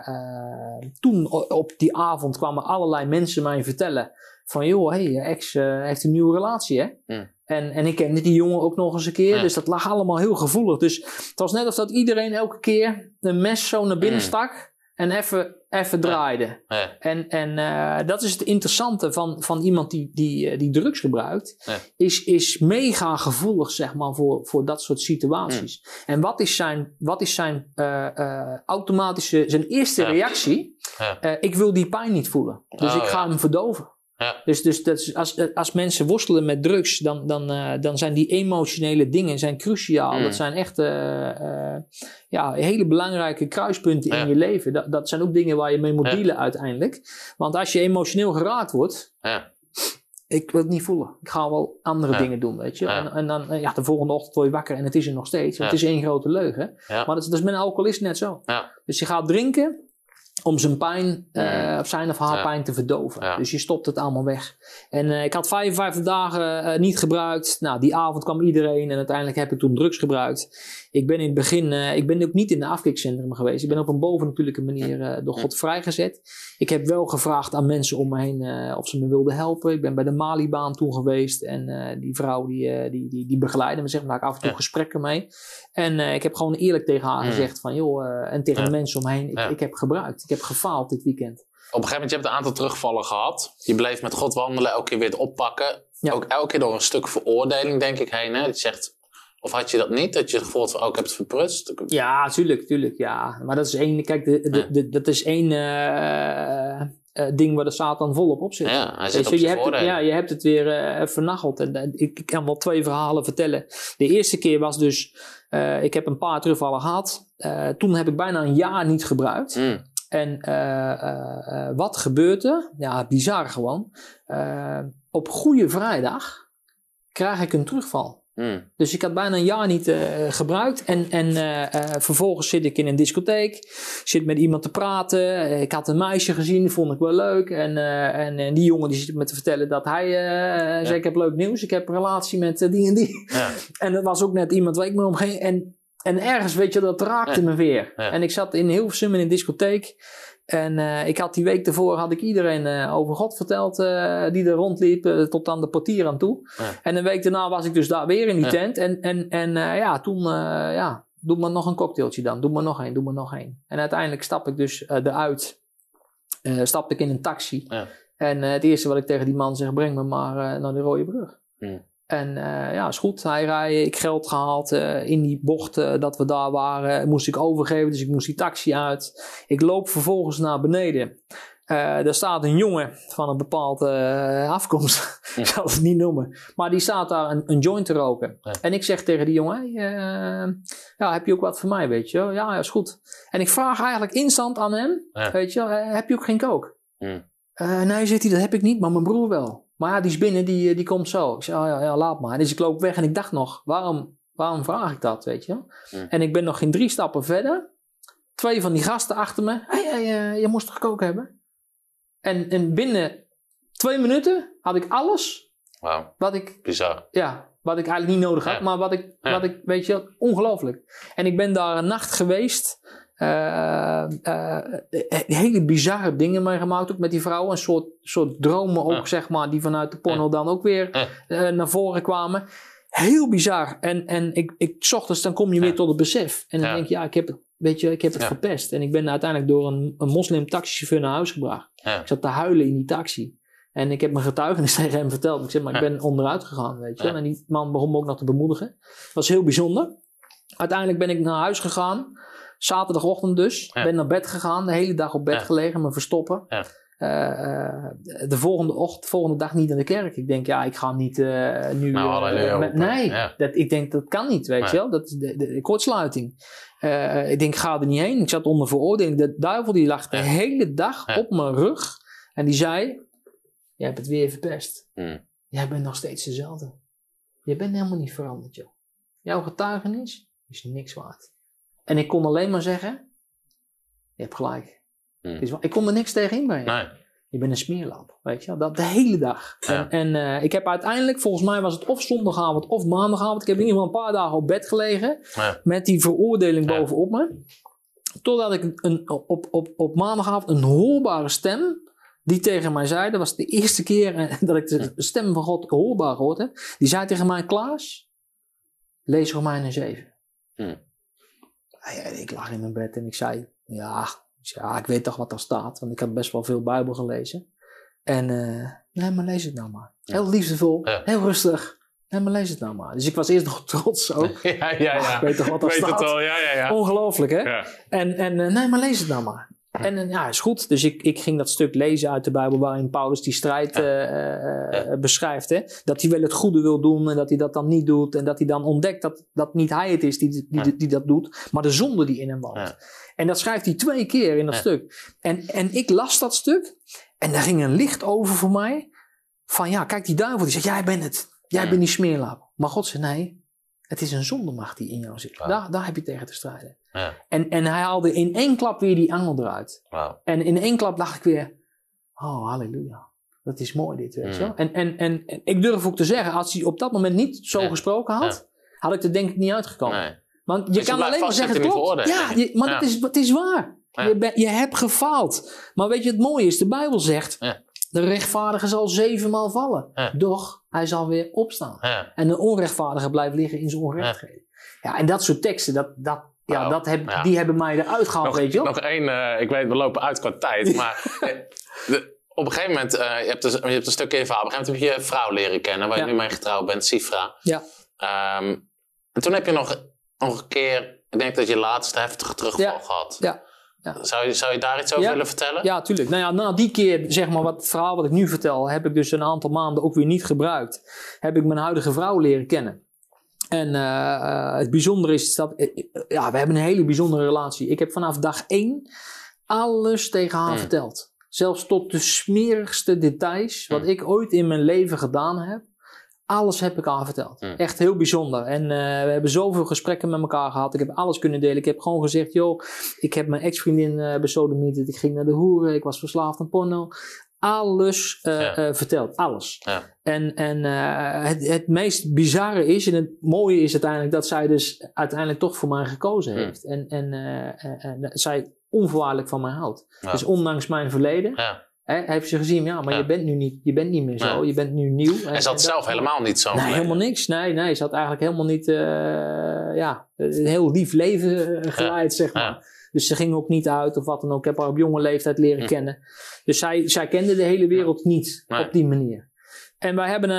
Speaker 3: toen op die avond kwamen allerlei mensen mij vertellen van, joh, je ex heeft een nieuwe relatie, hè? En ik kende die jongen ook nog eens een keer, dus dat lag allemaal heel gevoelig. Dus het was net alsof iedereen elke keer een mes zo naar binnen stak en even draaide. En dat is het interessante van iemand die drugs gebruikt. Is mega gevoelig, zeg maar, voor dat soort situaties. En wat is zijn automatische, zijn eerste reactie? Ik wil die pijn niet voelen. Dus ik ga hem verdoven. Ja. Dus dat is, als mensen worstelen met drugs, dan zijn die emotionele dingen zijn cruciaal. Dat zijn echt hele belangrijke kruispunten in je leven. Dat zijn ook dingen waar je mee moet dealen uiteindelijk. Want als je emotioneel geraakt wordt, ik wil het niet voelen. Ik ga wel andere dingen doen, weet je. En dan de volgende ochtend word je wakker en het is er nog steeds. Het is één grote leugen. Ja. Maar dat is met een alcoholist net zo. Ja. Dus je gaat drinken. om zijn pijn, of zijn of haar pijn te verdoven.
Speaker 2: Ja.
Speaker 3: Dus je stopt het allemaal weg. En ik had 55 dagen niet gebruikt. Nou, die avond kwam iedereen en uiteindelijk heb ik toen drugs gebruikt. Ik ben in het begin, ik ben ook niet in de afkikcentrum geweest. Ik ben op een bovennatuurlijke manier door God vrijgezet. Ik heb wel gevraagd aan mensen om me heen of ze me wilden helpen. Ik ben bij de Malibaan toen geweest en die vrouw die begeleidde me, zeg maar, daar had ik af en toe gesprekken mee. En ik heb gewoon eerlijk tegen haar gezegd van joh, en tegen de mensen om me heen, ik heb gebruikt. Ik heb gefaald dit weekend.
Speaker 2: Op een gegeven moment, je hebt een aantal terugvallen gehad. Je bleef met God wandelen, elke keer weer het oppakken.
Speaker 3: Ja.
Speaker 2: Ook elke keer door een stuk veroordeling, denk ik, heen. Hè? Dat je zegt, of had je dat niet? Dat je het gevoel had van, ik heb het verprutst?
Speaker 3: Ja, tuurlijk, ja. Maar dat is één, kijk, dat is één ding waar de Satan volop op zit.
Speaker 2: Ja, hij zit op
Speaker 3: je
Speaker 2: zijn
Speaker 3: hebt
Speaker 2: voordelen.
Speaker 3: je hebt het weer vernacheld. En ik kan wel 2 verhalen vertellen. De eerste keer was dus, ik heb een paar terugvallen gehad. Toen heb ik bijna een jaar niet gebruikt. En wat gebeurde? Ja, bizar gewoon. Op Goede Vrijdag krijg ik een terugval. Dus ik had bijna een jaar niet gebruikt. En vervolgens zit ik in een discotheek. Zit met iemand te praten. Ik had een meisje gezien. Vond ik wel leuk. En die jongen die zit me te vertellen dat hij zei, ik heb leuk nieuws. Ik heb een relatie met die en die. Ja. En dat was ook net iemand waar ik me omging. En ergens, weet je, dat raakte me weer. Ja. En ik zat in Hilversum in een discotheek. En ik had die week daarvoor had ik iedereen over God verteld die er rondliep, tot aan de portier aan toe. Ja. En een week daarna was ik dus daar weer in die tent. En toen, doe maar nog een cocktailtje dan. Doe maar nog één. En uiteindelijk stap ik dus eruit. Stapte ik in een taxi. Ja. En het eerste wat ik tegen die man zeg, breng me maar naar de Rode Brug. En is goed, hij rijdt, ik geld gehaald. In die bocht dat we daar waren, moest ik overgeven. Dus ik moest die taxi uit. Ik loop vervolgens naar beneden. Daar staat een jongen van een bepaalde afkomst. Ik zal het niet noemen. Maar die staat daar een joint te roken. Ja. En ik zeg tegen die jongen, heb je ook wat voor mij, weet je? Ja, is goed. En ik vraag eigenlijk instant aan hem, weet je, heb je ook geen coke? Nee, zegt hij, dat heb ik niet, maar mijn broer wel. Maar ja, die is binnen, die komt zo. Ik zei, ja, laat maar. Dus ik loop weg en ik dacht nog, waarom vraag ik dat, weet je? En ik ben nog geen 3 stappen verder. 2 van die gasten achter me. Hey, je moest toch koken hebben? En binnen 2 minuten had ik alles.
Speaker 2: Wauw,
Speaker 3: wat ik,
Speaker 2: bizar.
Speaker 3: Ja, wat ik eigenlijk niet nodig had. Maar wat ik, weet je, ongelooflijk. En ik ben daar een nacht geweest. Hele bizarre dingen meegemaakt ook met die vrouw. Een soort dromen ook, zeg maar, die vanuit de porno dan ook weer naar voren kwamen. Heel bizar. En ik 's ochtends dan kom je weer tot het besef. En dan denk je, ik heb het verpest. En ik ben uiteindelijk door een moslim taxichauffeur naar huis gebracht. Ik zat te huilen in die taxi. En ik heb mijn getuigenis tegen hem verteld. Ik zeg, maar ik ben onderuit gegaan, weet je. En die man begon me ook nog te bemoedigen. Dat was heel bijzonder. Uiteindelijk ben ik naar huis gegaan. Zaterdagochtend dus. Ben naar bed gegaan. De hele dag op bed gelegen. Me verstoppen. De volgende dag niet naar de kerk. Ik denk, ik ga niet nu... ik denk, dat kan niet, weet je wel. Dat is de kortsluiting. Ik denk, ga er niet heen. Ik zat onder veroordeling. De duivel die lag de hele dag op mijn rug. En die zei, je hebt het weer verpest. Jij bent nog steeds dezelfde. Je bent helemaal niet veranderd, joh. Jouw getuigenis is niks waard. En ik kon alleen maar zeggen, je hebt gelijk. Ik kon er niks tegen inbrengen. Nee. Je bent een smeerlap, weet je, dat de hele dag. Ja. En ik heb uiteindelijk, volgens mij was het of zondagavond of maandagavond. Ik heb in ieder geval een paar dagen op bed gelegen. Met die veroordeling bovenop me. Totdat ik op maandagavond een hoorbare stem, die tegen mij zei, dat was de eerste keer dat ik de stem van God hoorbaar gehoord heb. Die zei tegen mij, Klaas, lees Romeinen 7. Ik lag in mijn bed en ik zei, ik weet toch wat daar staat. Want ik had best wel veel Bijbel gelezen. En, nee, maar lees het nou maar. Heel liefdevol, heel rustig. Nee, maar lees het nou maar. Dus ik was eerst nog trots ook. Ik weet toch wat daar staat. Het al, Ongelooflijk, hè? Ja. En nee, maar lees het nou maar. En is goed. Dus ik ging dat stuk lezen uit de Bijbel waarin Paulus die strijd beschrijft. Hè? Dat hij wel het goede wil doen en dat hij dat dan niet doet. En dat hij dan ontdekt dat niet hij het is die dat doet, maar de zonde die in hem woont. Ja. En dat schrijft hij 2 keer in dat stuk. En ik las dat stuk en daar ging een licht over voor mij. Van kijk, die duivel die zegt, jij bent het. Jij bent die smeerlap. Maar God zei, nee, Het is een zondemacht die in jou zit.
Speaker 2: Wow.
Speaker 3: Daar heb je tegen te strijden.
Speaker 2: Ja.
Speaker 3: En hij haalde in 1 klap weer die angel eruit.
Speaker 2: Wow.
Speaker 3: En in 1 klap dacht ik weer, oh halleluja. Dat is mooi dit, weet je wel. En ik durf ook te zeggen, als hij op dat moment niet zo gesproken had, had ik er denk ik niet uitgekomen.
Speaker 2: Nee.
Speaker 3: Want je
Speaker 2: Dus
Speaker 3: kan
Speaker 2: je
Speaker 3: alleen maar zeggen, het klopt. Ja, maar het is waar.
Speaker 2: Ja.
Speaker 3: Je hebt gefaald. Maar weet je, het mooie is, de Bijbel zegt, de rechtvaardige zal 7 maal vallen.
Speaker 2: Ja.
Speaker 3: Doch, hij zal weer opstaan.
Speaker 2: Ja.
Speaker 3: En de onrechtvaardige blijft liggen in zijn onrechtheden. Ja, en dat soort teksten, die hebben mij eruit gehaald, weet je wel.
Speaker 2: Nog één, ik weet, we lopen uit qua tijd, maar op een gegeven moment, je hebt een stukje in je verhaal, op een gegeven moment heb je je vrouw leren kennen, waar je nu mee getrouwd bent, Sifra.
Speaker 3: Ja.
Speaker 2: En toen heb je nog een keer, ik denk dat je laatste heftige terugval gehad.
Speaker 3: Ja.
Speaker 2: Zou je daar iets over willen vertellen?
Speaker 3: Ja, tuurlijk. Nou ja, na die keer, zeg maar, het verhaal wat ik nu vertel, heb ik dus een aantal maanden ook weer niet gebruikt. Heb ik mijn huidige vrouw leren kennen. En het bijzondere is dat, we hebben een hele bijzondere relatie. Ik heb vanaf dag 1 alles tegen haar verteld. Zelfs tot de smerigste details, wat ik ooit in mijn leven gedaan heb. Alles heb ik haar verteld. Echt heel bijzonder. En we hebben zoveel gesprekken met elkaar gehad. Ik heb alles kunnen delen. Ik heb gewoon gezegd, joh, ik heb mijn ex-vriendin besodemieterd. Ik ging naar de hoeren. Ik was verslaafd aan porno. Alles verteld. Alles. Ja. En het meest bizarre is, en het mooie is uiteindelijk, dat zij dus uiteindelijk toch voor mij gekozen heeft. En zij onvoorwaardelijk van mij houdt. Ja. Dus ondanks mijn verleden... Ja. Heeft ze gezien, maar je bent niet meer zo. Je bent nu nieuw.
Speaker 2: En ze had zelf helemaal niet zo.
Speaker 3: Nee, helemaal niks. Nee, ze had eigenlijk helemaal niet een heel lief leven geleid, zeg maar. Ja. Dus ze ging ook niet uit of wat dan ook. Ik heb haar op jonge leeftijd leren kennen. Dus zij kende de hele wereld niet op die manier. En wij hebben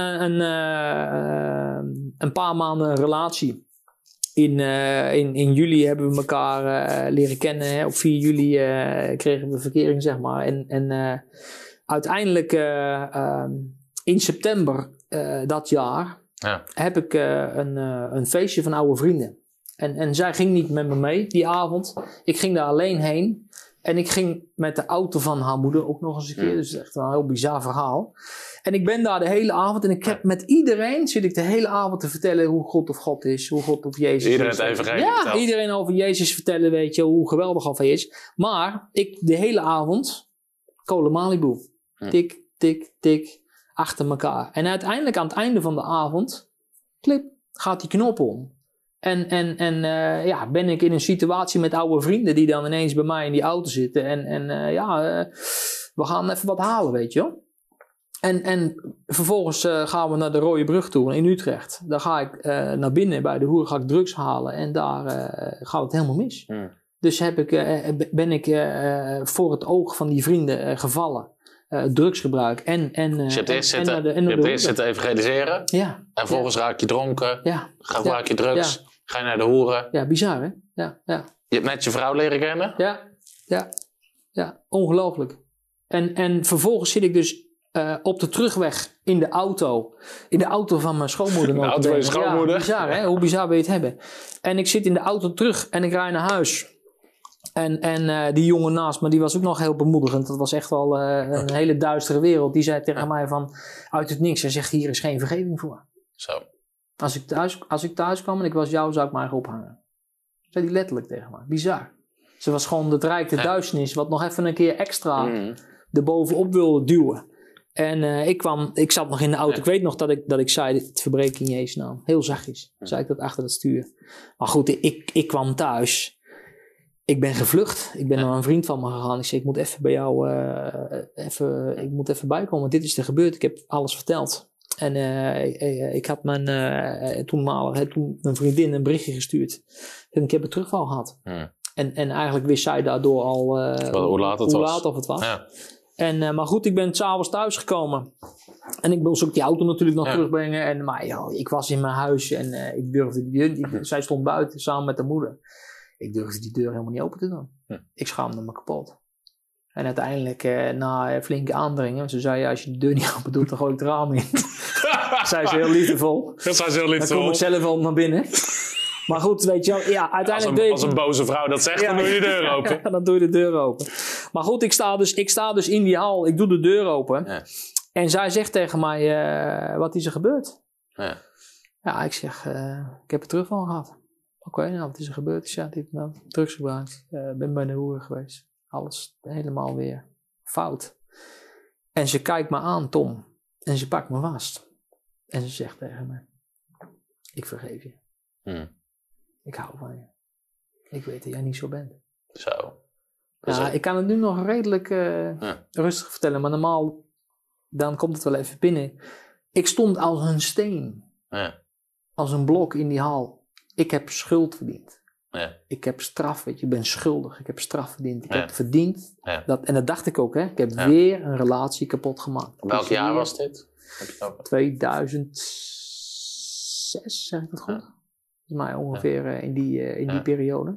Speaker 3: een paar maanden een relatie. In juli hebben we elkaar leren kennen. Hè. Op 4 juli kregen we verkering, zeg maar. En uiteindelijk in september dat jaar heb ik een feestje van oude vrienden. En zij ging niet met me mee die avond. Ik ging daar alleen heen. En ik ging met de auto van haar moeder ook nog eens een keer. Dus het is echt een heel bizar verhaal. En ik ben daar de hele avond. En ik heb met iedereen, zit ik de hele avond te vertellen hoe God of God is. Hoe God of Jezus
Speaker 2: iedereen
Speaker 3: is.
Speaker 2: Het evangelie vertelt.
Speaker 3: Iedereen over Jezus vertellen, weet je. Hoe geweldig of hij is. Maar ik de hele avond, Kolen Malibu. Tik, tik, tik. Achter elkaar. En uiteindelijk aan het einde van de avond, klip, gaat die knop om. En ben ik in een situatie met oude vrienden die dan ineens bij mij in die auto zitten. We gaan even wat halen, weet je wel. En vervolgens gaan we naar de Rode Brug toe in Utrecht. Daar ga ik naar binnen bij de hoer, ga ik drugs halen. En daar gaat het helemaal mis. Dus ben ik voor het oog van die vrienden gevallen. Drugsgebruik. Dus
Speaker 2: je hebt eerst zitten evangeliseren. Ja. En vervolgens raak je dronken. Ja. Gebruik je drugs. Ja. Ga je naar de hoeren.
Speaker 3: Ja, bizar hè? Ja.
Speaker 2: Je hebt net je vrouw leren kennen.
Speaker 3: Ja. Ongelooflijk. En vervolgens zit ik dus op de terugweg in de auto. In de auto van mijn schoonmoeder.
Speaker 2: De auto van je schoonmoeder.
Speaker 3: Ja, bizar hè? Hoe bizar wil je het hebben? En ik zit in de auto terug en ik rij naar huis. En die jongen naast me, die was ook nog heel bemoedigend. Dat was echt wel een hele duistere wereld. Die zei tegen mij van, uit het niks. Hij zegt, hier is geen vergeving voor.
Speaker 2: Zo.
Speaker 3: Als ik thuis kwam en ik was jou, zou ik mij ophangen. Zei die letterlijk tegen mij. Bizar. Ze was gewoon het rijk de duisternis, wat nog even een keer extra erbovenop wilde duwen. En ik zat nog in de auto. Ik weet nog dat ik zei, het verbreek in Jezus naam. Heel zachtjes. Zei ik dat achter het stuur. Maar goed, ik kwam thuis. Ik ben gevlucht. Ik ben naar een vriend van me gegaan. Ik zei, ik moet even bij jou ik moet even bijkomen. Want dit is er gebeurd. Ik heb alles verteld. En ik had toen mijn vriendin een berichtje gestuurd. En ik heb een terugval gehad. En eigenlijk wist zij daardoor al
Speaker 2: hoe laat
Speaker 3: het was. Ja. Maar goed, ik ben 's avonds thuis gekomen. En ik moest ook die auto natuurlijk nog terugbrengen. Maar ik was in mijn huis en ik durfde die deur. Zij stond buiten samen met de moeder. Ik durfde die deur helemaal niet open te doen. Ik schaamde me kapot. En uiteindelijk, na flinke aandringen, ze zei, als je de deur niet open doet, dan gooi ik het raam in. Zei ze heel liefdevol. Dan kom ik zelf al naar binnen. Maar goed, weet je wel, uiteindelijk...
Speaker 2: Als een boze vrouw dat zegt, dan doe je de deur open.
Speaker 3: Ja, dan doe je de deur open. Maar goed, ik sta dus in die hal, ik doe de deur open. Ja. En zij zegt tegen mij, wat is er gebeurd? Ja. Ja, ik zeg, ik heb een terugval gehad. Oké, nou, wat is er gebeurd? Ja, die heeft nou drugs gebruikt. Ben bij de hoeren geweest. Alles helemaal weer fout. En ze kijkt me aan, Tom. En ze pakt me vast. En ze zegt tegen me, ik vergeef je. Ik hou van je. Ik weet dat jij niet zo bent.
Speaker 2: Zo.
Speaker 3: Ja, ik kan het nu nog redelijk rustig vertellen, maar normaal, dan komt het wel even binnen. Ik stond als een steen.
Speaker 2: Ja.
Speaker 3: Als een blok in die hal. Ik heb schuld verdiend.
Speaker 2: Ja.
Speaker 3: Ik heb straf, weet je, ik ben schuldig. Ik heb straf verdiend. Ik
Speaker 2: Ja.
Speaker 3: heb verdiend.
Speaker 2: Ja.
Speaker 3: En dat dacht ik ook, hè. Ik heb weer een relatie kapot gemaakt.
Speaker 2: Welk jaar
Speaker 3: weer
Speaker 2: was dit? Heb je het over?
Speaker 3: 2006, zeg ik dat goed? Volgens mij ongeveer in die
Speaker 2: Ja.
Speaker 3: periode.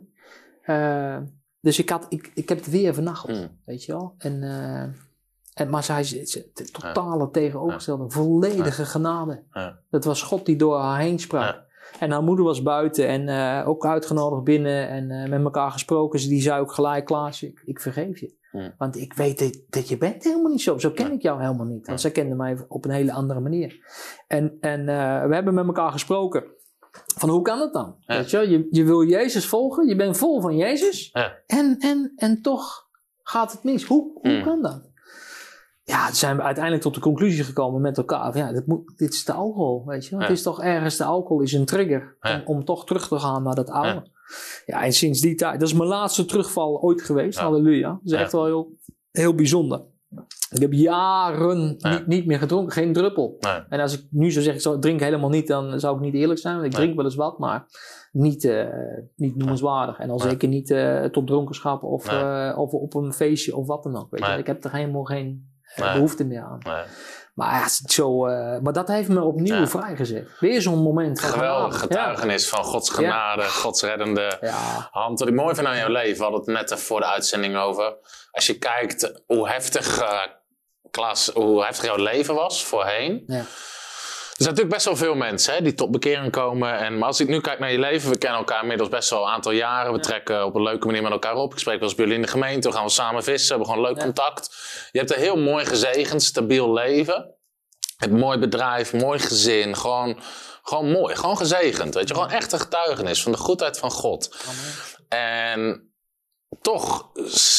Speaker 3: Dus ik heb het weer vernacheld, weet je wel. Maar zij is totale tegenovergestelde, volledige genade.
Speaker 2: Ja.
Speaker 3: Dat was God die door haar heen sprak.
Speaker 2: Ja.
Speaker 3: En haar moeder was buiten en ook uitgenodigd binnen en met elkaar gesproken. Die zei ook gelijk, Klaas, ik vergeef je. Want ik weet dat je bent helemaal niet zo. Zo ken ik jou helemaal niet. Want zij kende mij op een hele andere manier. En we hebben met elkaar gesproken. Van hoe kan het dan?
Speaker 2: Ja.
Speaker 3: Weet je wil Jezus volgen. Je bent vol van Jezus.
Speaker 2: Ja.
Speaker 3: En toch gaat het mis. Hoe kan dat? Ja, toen zijn we uiteindelijk tot de conclusie gekomen met elkaar. Van, ja, dit is de alcohol, weet je. Het is toch ergens, de alcohol is een trigger om toch terug te gaan naar dat oude. Ja, en sinds die tijd, dat is mijn laatste terugval ooit geweest. Halleluja. Dat is echt wel heel, heel bijzonder. Ik heb jaren niet meer gedronken, geen druppel.
Speaker 2: Nee.
Speaker 3: En als ik nu zou zeggen, ik drink helemaal niet, dan zou ik niet eerlijk zijn. Want ik drink wel eens wat, maar niet noemenswaardig. En al zeker niet tot dronkenschap of op een feestje of wat dan ook. Weet je? Ik heb er helemaal geen behoefte meer aan. Nee. Maar ja, maar dat heeft me opnieuw vrijgezet. Weer zo'n moment van
Speaker 2: geweldig getuigenis van Gods genade, Gods reddende hand. Wat ik mooi vind aan jouw leven, we hadden het net voor de uitzending over. Als je kijkt hoe heftig, Klaas, hoe heftig jouw leven was voorheen. Ja. Er zijn natuurlijk best wel veel mensen die tot bekering komen. Maar als ik nu kijk naar je leven, we kennen elkaar inmiddels best wel een aantal jaren. We trekken op een leuke manier met elkaar op. Ik spreek wel eens bij jullie in de gemeente. We gaan wel samen vissen. We hebben gewoon leuk contact. Je hebt een heel mooi gezegend, stabiel leven. Je hebt een mooi bedrijf, mooi gezin. Gewoon mooi. Gewoon gezegend. Weet je? Gewoon echt een getuigenis van de goedheid van God. Amen. En toch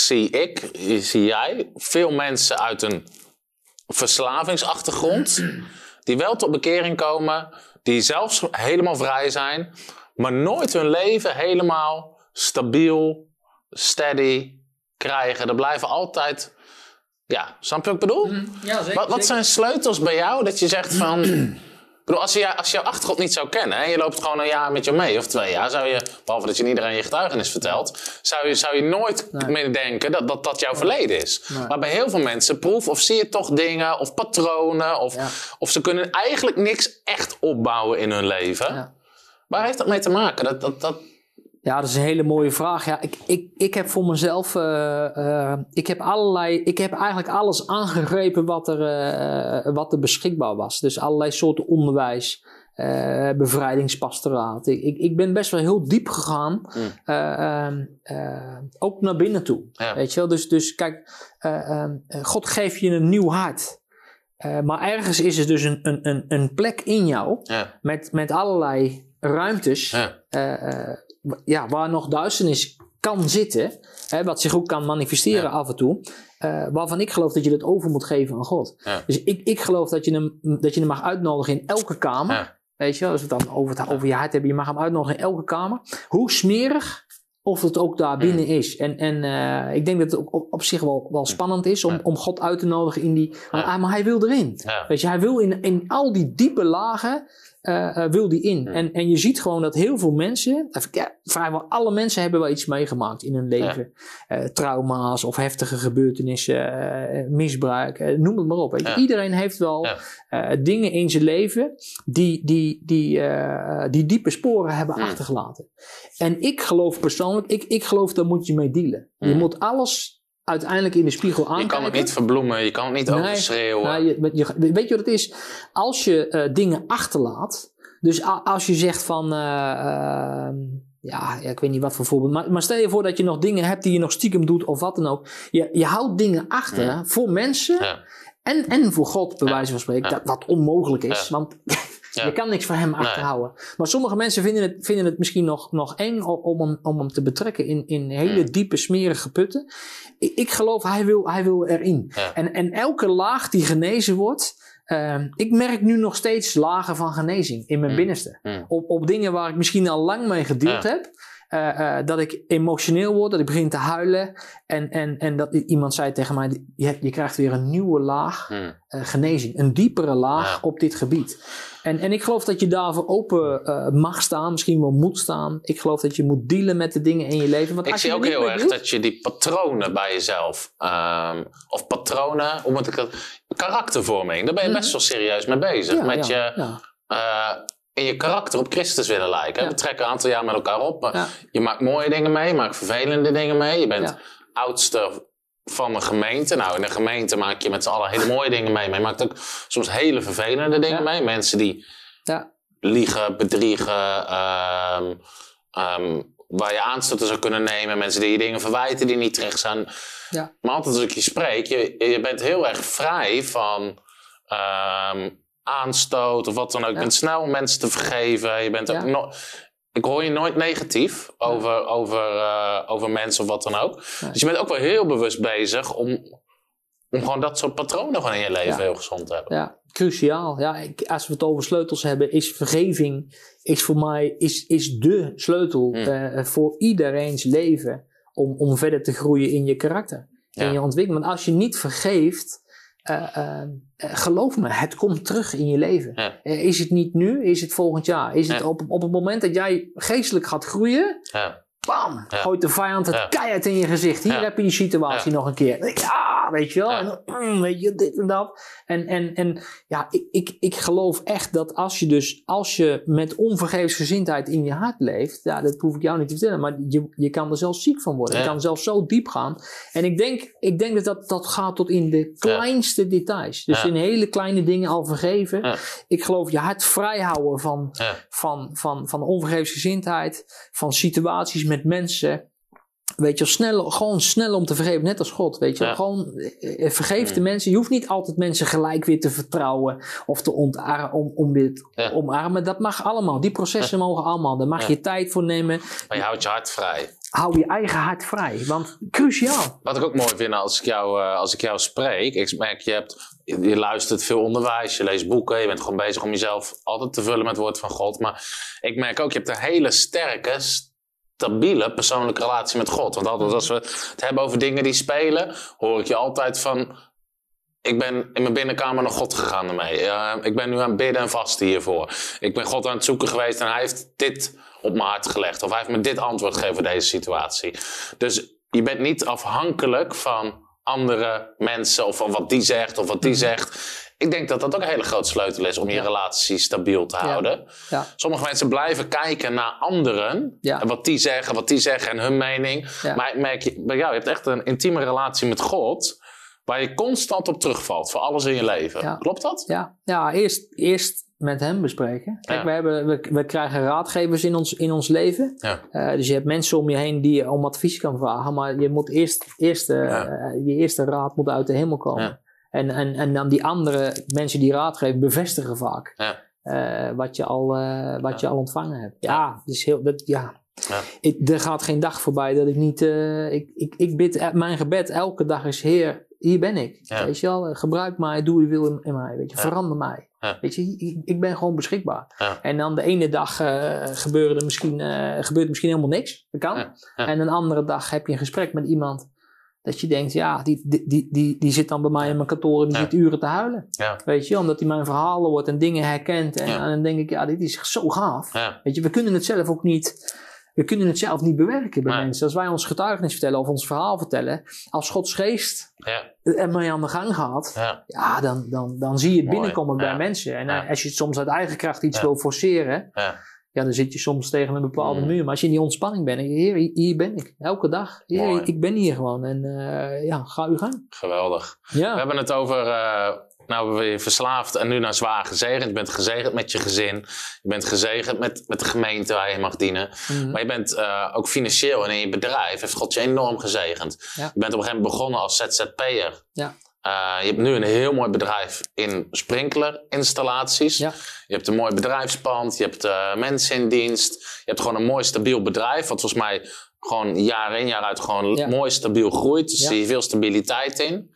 Speaker 2: zie jij veel mensen uit een verslavingsachtergrond die wel tot bekering komen, die zelfs helemaal vrij zijn, maar nooit hun leven helemaal stabiel, steady krijgen. Er blijven altijd, snap je wat ik bedoel?
Speaker 3: Ja, zeker.
Speaker 2: Wat zijn sleutels bij jou dat je zegt van, als je jouw achtergrond niet zou kennen, en je loopt gewoon een jaar met je mee, of 2 jaar, zou je, behalve dat je iedereen je getuigenis vertelt, zou je nooit meer denken dat jouw verleden is. Nee. Maar bij heel veel mensen of zie je toch dingen, of patronen, of ze kunnen eigenlijk niks echt opbouwen in hun leven. Ja. Waar heeft dat mee te maken?
Speaker 3: Ja, dat is een hele mooie vraag. Ja, ik heb voor mezelf, ik heb eigenlijk alles aangegrepen wat er beschikbaar was. Dus allerlei soorten onderwijs, bevrijdingspastoraat. Ik ben best wel heel diep gegaan, ook naar binnen toe. Ja. Weet je wel? Dus kijk, God geeft je een nieuw hart. Maar ergens is er dus een plek in jou, met allerlei ruimtes, waar nog duisternis kan zitten, wat zich ook kan manifesteren af en toe, waarvan ik geloof dat je dat over moet geven aan God. Ja. Dus ik geloof dat je hem mag uitnodigen in elke kamer. Ja. Weet je, als we het dan over je hart hebben, je mag hem uitnodigen in elke kamer. Hoe smerig of het ook daar binnen is. En ik denk dat het op zich wel spannend is om God uit te nodigen in die. Maar hij wil erin. Ja. Weet je, hij wil in al die diepe lagen. Wil die in. En je ziet gewoon dat heel veel mensen, vrijwel alle mensen hebben wel iets meegemaakt in hun leven. Trauma's of heftige gebeurtenissen, misbruik, noem het maar op. Weet je. Iedereen heeft wel dingen in zijn leven die diepe sporen hebben achtergelaten. En ik geloof persoonlijk, ik geloof daar moet je mee dealen. Je moet alles uiteindelijk in de spiegel aankijken.
Speaker 2: Je kan het niet verbloemen, je kan het niet overschreeuwen.
Speaker 3: Weet je wat het is? Als je dingen achterlaat, dus als je zegt van, ik weet niet wat voor voorbeeld, maar stel je voor dat je nog dingen hebt die je nog stiekem doet of wat dan ook. Je houdt dingen achter voor mensen en voor God, bij wijze van spreken, wat onmogelijk is. Want Ja. Je kan niks voor hem achterhouden. Maar sommige mensen vinden het misschien nog eng om hem te betrekken in hele diepe, smerige putten. Ik geloof, hij wil erin. Ja. En elke laag die genezen wordt... ik merk nu nog steeds lagen van genezing in mijn binnenste. Op dingen waar ik misschien al lang mee gedeeld heb. Dat ik emotioneel word, dat ik begin te huilen. En dat iemand zei tegen mij, je krijgt weer een nieuwe laag genezing. Een diepere laag op dit gebied. En ik geloof dat je daarvoor open mag staan, misschien wel moet staan. Ik geloof dat je moet dealen met de dingen in je leven. Want
Speaker 2: ik zie ook heel erg dat je die patronen bij jezelf, of patronen, hoe moet ik dat, karaktervorming, daar ben je best wel serieus mee bezig. In je karakter op Christus willen lijken. Ja. We trekken een aantal jaar met elkaar op. Maar je maakt mooie dingen mee, je maakt vervelende dingen mee. Je bent oudste van een gemeente. Nou, in een gemeente maak je met z'n allen hele mooie dingen mee. Maar je maakt ook soms hele vervelende dingen mee. Mensen die liegen, bedriegen, waar je aanstoten zou kunnen nemen. Mensen die je dingen verwijten die niet terecht zijn. Ja. Maar altijd als ik je spreek, je bent heel erg vrij van... aanstoot of wat dan ook. Je bent snel om mensen te vergeven. Je bent ook ik hoor je nooit negatief over mensen of wat dan ook. Nee. Dus je bent ook wel heel bewust bezig om gewoon dat soort patronen gewoon in je leven heel gezond te hebben. Ja,
Speaker 3: cruciaal. Ja, als we het over sleutels hebben, is vergeving voor mij is de sleutel voor iedereen's leven om verder te groeien in je karakter. In je ontwikkeling. Want als je niet vergeeft, geloof me, het komt terug in je leven. Ja. Is het niet nu, is het volgend jaar. Is het op het moment dat jij geestelijk gaat groeien, bam, gooit de vijand het keihard in je gezicht. Hier heb je die situatie nog een keer. Ja, weet je wel. Ja. En, weet je, dit en dat. En ja, ik geloof echt dat als je met onvergeefsgezindheid in je hart leeft, ja, dat hoef ik jou niet te vertellen, maar je kan er zelfs ziek van worden. Je kan zelfs zo diep gaan. En ik denk dat gaat tot in de kleinste details. Dus in hele kleine dingen al vergeven. Ja. Ik geloof je hart vrij houden van onvergeefsgezindheid, van situaties met mensen. Weet je, gewoon snel om te vergeven, net als God. Weet je, gewoon vergeef de mensen. Je hoeft niet altijd mensen gelijk weer te vertrouwen of te omarmen. Dat mag allemaal. Die processen mogen allemaal. Daar mag je tijd voor nemen.
Speaker 2: Maar je houdt je hart vrij.
Speaker 3: Hou je eigen hart vrij, want cruciaal.
Speaker 2: Wat ik ook mooi vind als ik jou spreek, ik merk je luistert veel onderwijs, je leest boeken, je bent gewoon bezig om jezelf altijd te vullen met het woord van God. Maar ik merk ook, je hebt een hele sterke, stabiele persoonlijke relatie met God. Want altijd als we het hebben over dingen die spelen, hoor ik je altijd van, ik ben in mijn binnenkamer naar God gegaan ermee. Ik ben nu aan het bidden en vasten hiervoor. Ik ben God aan het zoeken geweest en hij heeft dit op mijn hart gelegd. Of hij heeft me dit antwoord gegeven voor deze situatie. Dus je bent niet afhankelijk van andere mensen of van wat die zegt of wat die zegt. Ik denk dat dat ook een hele grote sleutel is om je relatie stabiel te houden. Ja. Sommige mensen blijven kijken naar anderen. En wat die zeggen en hun mening. Ja. Maar ik merk, bij jou, je hebt echt een intieme relatie met God, waar je constant op terugvalt voor alles in je leven. Ja. Klopt dat?
Speaker 3: Ja, eerst met hem bespreken. Kijk, we krijgen raadgevers in ons leven. Ja. Dus je hebt mensen om je heen die je om advies kan vragen. Maar je moet je eerste raad moet uit de hemel komen. Ja. En dan die andere mensen die raad geven, bevestigen vaak wat je al ontvangen hebt. Ja, dus er gaat geen dag voorbij dat ik niet... Ik bid, mijn gebed elke dag is, Heer, hier ben ik. Ja. Weet je wel, gebruik mij, doe je wil in mij. Weet je, verander mij. Ja. Weet je, ik ben gewoon beschikbaar. Ja. En dan de ene dag gebeurt misschien helemaal niks. Dat kan. Ja. Ja. En een andere dag heb je een gesprek met iemand dat je denkt, ja, die zit dan bij mij in mijn kantoor en die zit uren te huilen. Ja. Weet je, omdat hij mijn verhalen hoort en dingen herkent. En dan denk ik, ja, dit is zo gaaf. Ja. Weet je, we kunnen het zelf ook niet... We kunnen het zelf niet bewerken bij mensen. Als wij ons getuigenis vertellen of ons verhaal vertellen, als Gods geest ermee aan de gang gaat, dan zie je het binnenkomen bij mensen. En als je het soms uit eigen kracht iets wil forceren, dan zit je soms tegen een bepaalde muur. Maar als je in die ontspanning bent, Heer, hier ben ik. Elke dag. Heer, ik ben hier gewoon. En ga uw gang.
Speaker 2: Geweldig. Ja. We hebben het over... Nou ben je verslaafd en nu naar zwaar gezegend. Je bent gezegend met je gezin. Je bent gezegend met de gemeente waar je mag dienen. Mm-hmm. Maar je bent ook financieel en in je bedrijf heeft God je enorm gezegend. Ja. Je bent op een gegeven moment begonnen als ZZP'er. Ja. Je hebt nu een heel mooi bedrijf in sprinklerinstallaties.
Speaker 3: Ja.
Speaker 2: Je hebt een mooi bedrijfspand. Je hebt mensen in dienst. Je hebt gewoon een mooi stabiel bedrijf. Wat volgens mij gewoon jaar in jaar uit gewoon mooi stabiel groeit. Dus zie je veel stabiliteit in.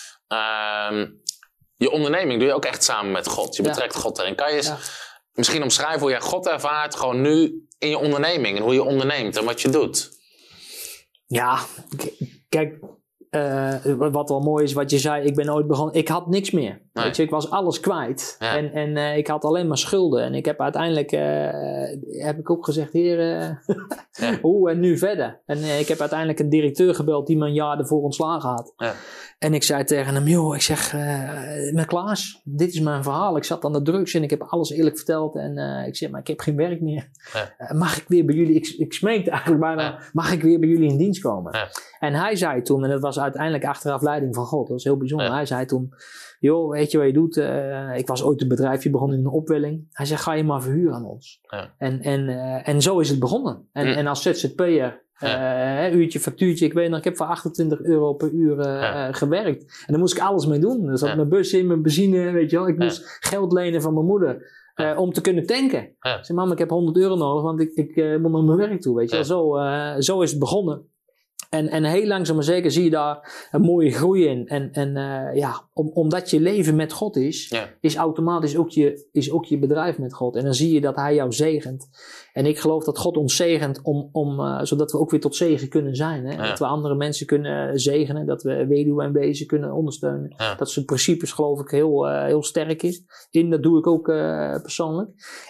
Speaker 2: Je onderneming doe je ook echt samen met God. Je betrekt God erin. Kan je misschien omschrijven hoe jij God ervaart gewoon nu in je onderneming. En hoe je onderneemt en wat je doet?
Speaker 3: Ja, kijk, wat wel mooi is wat je zei, ik ben ooit begonnen, ik had niks meer.
Speaker 2: Nee.
Speaker 3: Weet je, ik was alles kwijt.
Speaker 2: Ja.
Speaker 3: En ik had alleen maar schulden. En ik heb uiteindelijk, heb ik ook gezegd, heer, hoe en nu verder? En ik heb uiteindelijk een directeur gebeld die me een jaar ervoor ontslagen had.
Speaker 2: Ja.
Speaker 3: En ik zei tegen hem, joh, ik zeg, met Klaas, dit is mijn verhaal. Ik zat aan de drugs en ik heb alles eerlijk verteld. En ik zeg, maar ik heb geen werk meer.
Speaker 2: Ja.
Speaker 3: Mag ik weer bij jullie, ik smeekte eigenlijk bijna, mag ik weer bij jullie in dienst komen?
Speaker 2: Ja.
Speaker 3: En hij zei toen, en dat was uiteindelijk achteraf leiding van God, dat was heel bijzonder.
Speaker 2: Ja.
Speaker 3: Hij zei toen, joh, weet je wat je doet? Ik was ooit een bedrijfje begonnen in een opwelling. Hij zei, ga je maar verhuren aan ons. Ja. En zo is het begonnen. En als ZZP'er, uurtje, factuurtje. Ik weet nog, ik heb voor €28 per uur gewerkt. En daar moest ik alles mee doen. Er zat mijn bus in, mijn benzine, weet je wel. Ik moest geld lenen van mijn moeder. Om te kunnen tanken. Ja. Ik zei, mam, ik heb €100 nodig, want ik moet naar mijn werk toe, weet je wel. Zo is het begonnen. En heel langzaam maar zeker zie je daar een mooie groei in. Omdat je leven met God is automatisch ook je bedrijf met God. En dan zie je dat Hij jou zegent. En ik geloof dat God ons zegent zodat we ook weer tot zegen kunnen zijn. Hè? Ja. Dat we andere mensen kunnen zegenen. Dat we weduwen en wezen kunnen ondersteunen. Ja. Dat zijn principes geloof ik heel sterk is. Dat doe ik ook persoonlijk.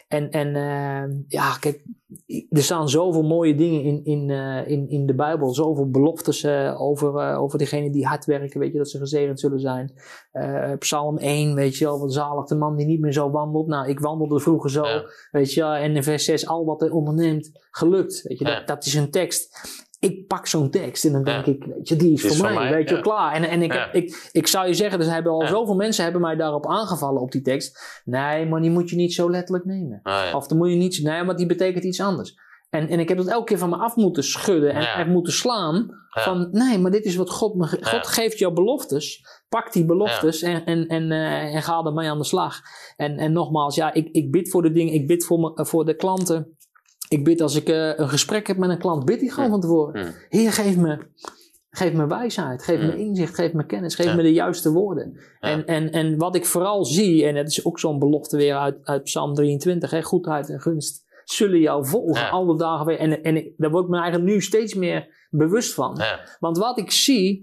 Speaker 3: Kijk, er staan zoveel mooie dingen in de Bijbel. Zoveel beloftes over degenen die hard werken. Weet je, dat ze gezegend zullen zijn. Psalm 1, weet je wel. Wat zalig de man die niet meer zo wandelt. Nou, ik wandelde vroeger zo. Ja. Weet je wel. En in vers 6, al wat hij onderneemt, gelukt. Weet je, dat is een tekst. Ik pak zo'n tekst en dan denk ik, weet je, die is voor mij, weet je, klaar. En ik zou je zeggen, zoveel mensen hebben mij daarop aangevallen op die tekst. Nee, maar die moet je niet zo letterlijk nemen. Of dan moet je niet, nee, want die betekent iets anders. En ik heb dat elke keer van me af moeten schudden en moeten slaan. Van, nee, maar dit is wat God geeft jou beloftes. Pak die beloftes en ga ermee aan de slag. En nogmaals, ik bid voor de dingen, ik bid voor de klanten. Ik bid als ik een gesprek heb met een klant, bid ik gewoon van tevoren. Heer, geef me wijsheid, geef me inzicht, geef me kennis, geef me de juiste woorden. En wat ik vooral zie, en het is ook zo'n belofte weer uit Psalm 23, hè, goedheid en gunst zullen jou volgen alle dagen weer. En daar word ik me eigenlijk nu steeds meer bewust van. Ja. Want wat ik zie,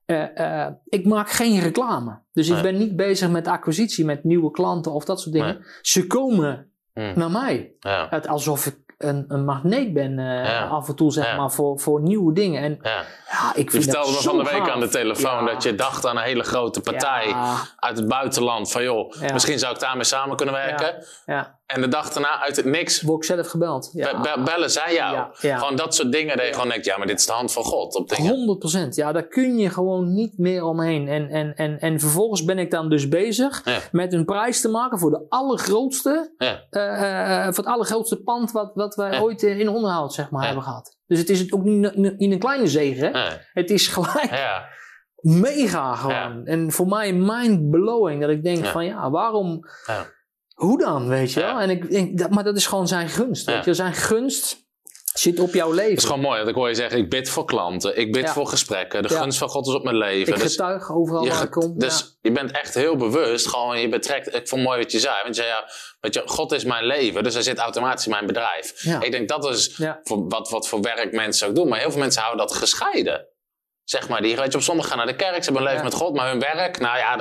Speaker 3: ik maak geen reclame. Dus ik ben niet bezig met acquisitie, met nieuwe klanten of dat soort dingen. Ze komen naar mij. Het alsof ik een magneet ben af en toe, zeg maar, voor nieuwe dingen. En ik vind
Speaker 2: je vertelde me van de week
Speaker 3: gaaf.
Speaker 2: aan de telefoon dat je dacht aan een hele grote partij uit het buitenland. Van joh, misschien zou ik daarmee samen kunnen werken. En de dag daarna uit het niks.
Speaker 3: Word ik zelf gebeld.
Speaker 2: Bellen zij jou. Gewoon dat soort dingen. Dat je gewoon denkt, maar dit is de hand van God. Op dingen.
Speaker 3: 100%. Ja, daar kun je gewoon niet meer omheen. En vervolgens ben ik dan dus bezig met een prijs te maken voor de allergrootste, voor het allergrootste pand wat wij ooit in onderhoud, zeg maar, hebben gehad. Dus het is ook niet een kleine zegen. Hè? Het is gelijk mega gewoon. En voor mij mind-blowing dat ik denk van waarom... Hoe dan, weet je wel? En ik denk, maar dat is gewoon zijn gunst. Weet je? Zijn gunst zit op jouw leven.
Speaker 2: Het is gewoon mooi, want ik hoor je zeggen, ik bid voor klanten, ik bid voor gesprekken, de gunst van God is op mijn leven.
Speaker 3: Ik getuig overal waar ik kom.
Speaker 2: Dus je bent echt heel bewust, gewoon je betrekt, ik vond mooi wat je zei, want je zei weet je, God is mijn leven, dus hij zit automatisch in mijn bedrijf. Ik denk dat is wat voor werk mensen ook doen, maar heel veel mensen houden dat gescheiden. Zeg maar, die weet je, op zondag gaan naar de kerk, ze hebben een leven met God, maar hun werk,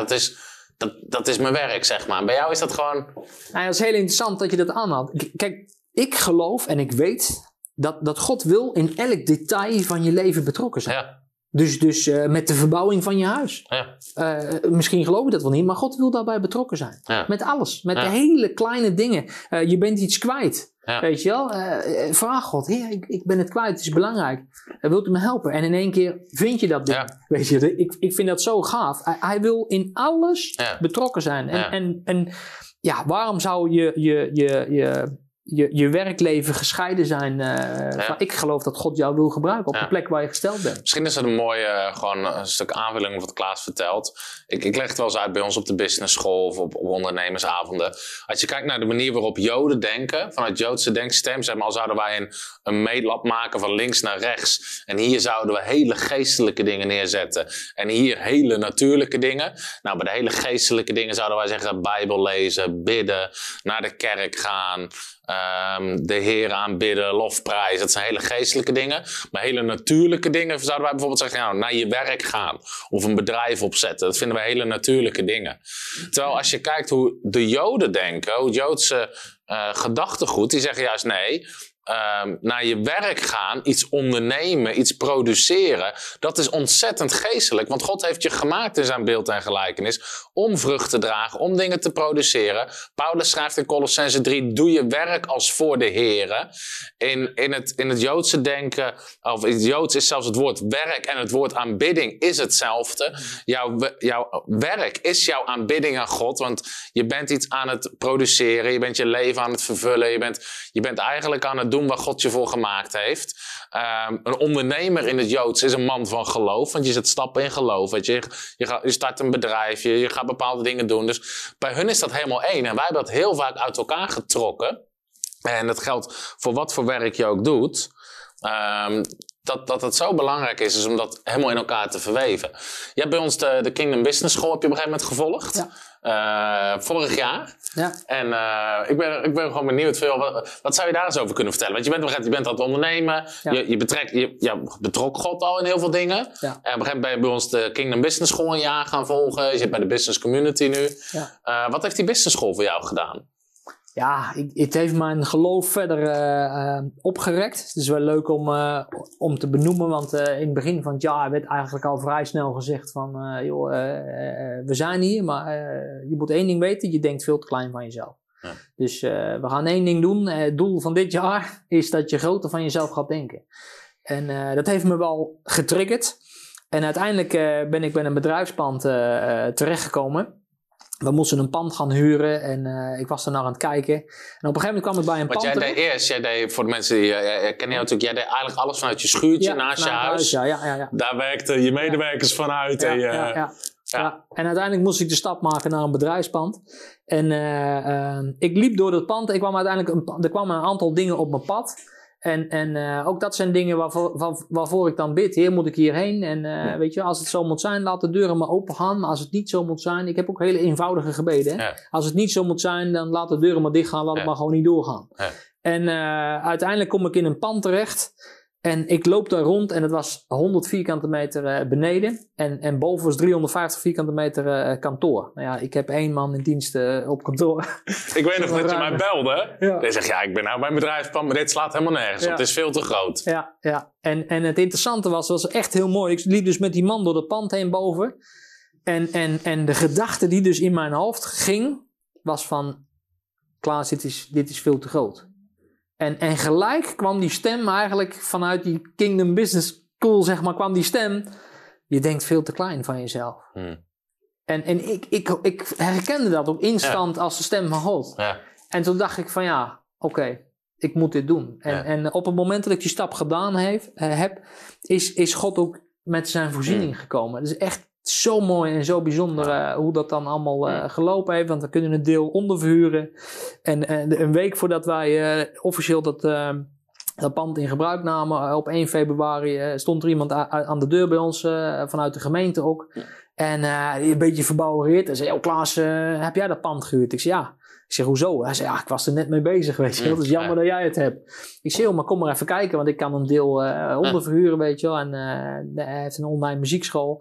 Speaker 2: dat is mijn werk, zeg maar. En bij jou is dat gewoon...
Speaker 3: Nou, dat is heel interessant dat je dat aanhaalt. Kijk, ik geloof en ik weet dat God wil in elk detail van je leven betrokken zijn.
Speaker 2: Ja.
Speaker 3: Dus met de verbouwing van je huis. Misschien geloof ik dat wel niet, maar God wil daarbij betrokken zijn. Met alles. Met de hele kleine dingen. Je bent iets kwijt. Weet je wel? Vraag God, Heer, ik ben het kwijt, het is belangrijk. Wilt u me helpen? En in één keer vind je dat ding. Weet je, ik vind dat zo gaaf. Hij wil in alles betrokken zijn. En waarom zou je je werkleven gescheiden zijn. Ik geloof dat God jou wil gebruiken op de plek waar je gesteld bent.
Speaker 2: Misschien is dat een mooie gewoon een stuk aanvulling op wat Klaas vertelt. Ik leg het wel eens uit bij ons op de business school of op ondernemersavonden. Als je kijkt naar de manier waarop Joden denken, vanuit het Joodse denksysteem, zeg maar, al zouden wij een meetlap maken van links naar rechts. En hier zouden we hele geestelijke dingen neerzetten. En hier hele natuurlijke dingen. Nou, bij de hele geestelijke dingen zouden wij zeggen Bijbel lezen, bidden, naar de kerk gaan. De Heer aanbidden, lofprijs, dat zijn hele geestelijke dingen. Maar hele natuurlijke dingen zouden wij bijvoorbeeld zeggen, nou, naar je werk gaan of een bedrijf opzetten. Dat vinden wij hele natuurlijke dingen. Terwijl als je kijkt hoe de Joden denken, hoe het Joodse gedachtegoed, die zeggen juist nee, naar je werk gaan, iets ondernemen, iets produceren, dat is ontzettend geestelijk. Want God heeft je gemaakt in zijn beeld en gelijkenis om vrucht te dragen, om dingen te produceren. Paulus schrijft in Colossenzen 3, doe je werk als voor de Here. In het Joodse denken, of in het Joods is zelfs het woord werk en het woord aanbidding is hetzelfde. Jouw werk is jouw aanbidding aan God, want je bent iets aan het produceren, je bent je leven aan het vervullen, je bent eigenlijk aan het doen waar God je voor gemaakt heeft. Een ondernemer in het Joods is een man van geloof, want je zet stappen in geloof. Weet je start een bedrijf, je gaat bepaalde dingen doen. Dus bij hun is dat helemaal één. En wij hebben dat heel vaak uit elkaar getrokken. En dat geldt voor wat voor werk je ook doet. Dat het zo belangrijk is om dat helemaal in elkaar te verweven. Je hebt bij ons de Kingdom Business School op je op een gegeven moment gevolgd. Ja. Vorig jaar. Ja. En ik ben gewoon benieuwd. Wat zou je daar eens over kunnen vertellen? Want je bent aan het ondernemen. Ja. Je betrok God al in heel veel dingen. Ja. En op een gegeven moment ben je bij ons de Kingdom Business School een jaar gaan volgen. Je zit bij de Business Community nu. Ja. Wat heeft die Business School voor jou gedaan?
Speaker 3: Ja, het heeft mijn geloof verder opgerekt. Het is wel leuk om te benoemen, want in het begin van het jaar werd eigenlijk al vrij snel gezegd van, we zijn hier, maar je moet één ding weten, je denkt veel te klein van jezelf. Ja. Dus we gaan één ding doen. Het doel van dit jaar is dat je groter van jezelf gaat denken. En dat heeft me wel getriggerd. En uiteindelijk ben ik bij een bedrijfspand terechtgekomen. We moesten een pand gaan huren en ik was er naar aan het kijken. En op een gegeven moment kwam ik bij een pand.
Speaker 2: Jij deed voor de mensen die kennen jou natuurlijk, jij deed eigenlijk alles vanuit je schuurtje naast je huis. Ja. Daar werkten je medewerkers vanuit. Ja.
Speaker 3: En uiteindelijk moest ik de stap maken naar een bedrijfspand. En ik liep door dat pand. Er kwamen een aantal dingen op mijn pad. En ook dat zijn dingen waarvoor ik dan bid. Heer, moet ik hierheen? En weet je, als het zo moet zijn, laat de deuren maar open gaan. Maar als het niet zo moet zijn, ik heb ook hele eenvoudige gebeden. Ja. Als het niet zo moet zijn, dan laat de deuren maar dicht gaan. Laat het maar gewoon niet doorgaan. Ja. En uiteindelijk kom ik in een pand terecht. En ik loop daar rond en het was 100 vierkante meter beneden. En boven was 350 vierkante meter kantoor. Nou ja, ik heb 1 man in dienst op kantoor.
Speaker 2: Ik weet nog dat je mij belde. Ja. Je zegt, ik ben nou bij een bedrijfspand, maar dit slaat helemaal nergens op. Het is veel te groot.
Speaker 3: Ja. En het interessante was echt heel mooi. Ik liep dus met die man door dat pand heen boven. En de gedachte die dus in mijn hoofd ging, was van, Klaas, dit is veel te groot. En gelijk kwam die stem eigenlijk vanuit die Kingdom Business School, zeg maar, kwam die stem. Je denkt veel te klein van jezelf. En ik herkende dat op instant als de stem van God. Ja. En toen dacht ik van oké, ik moet dit doen. En op het moment dat ik die stap gedaan heb, is God ook met zijn voorziening gekomen. Het is echt zo mooi en zo bijzonder hoe dat dan allemaal gelopen heeft. Want we kunnen een deel onderverhuren. En een week voordat wij officieel dat pand in gebruik namen, op 1 februari stond er iemand aan de deur bij ons, vanuit de gemeente ook. En een beetje verbouwereerd. En zei, Klaas, heb jij dat pand gehuurd? Ik zei, ja. Ik zeg, hoezo? Hij zei, ik was er net mee bezig, weet je wel. Het is jammer dat jij het hebt. Ik zei, maar kom maar even kijken, want ik kan een deel onderverhuren, weet je wel. En hij heeft een online muziekschool.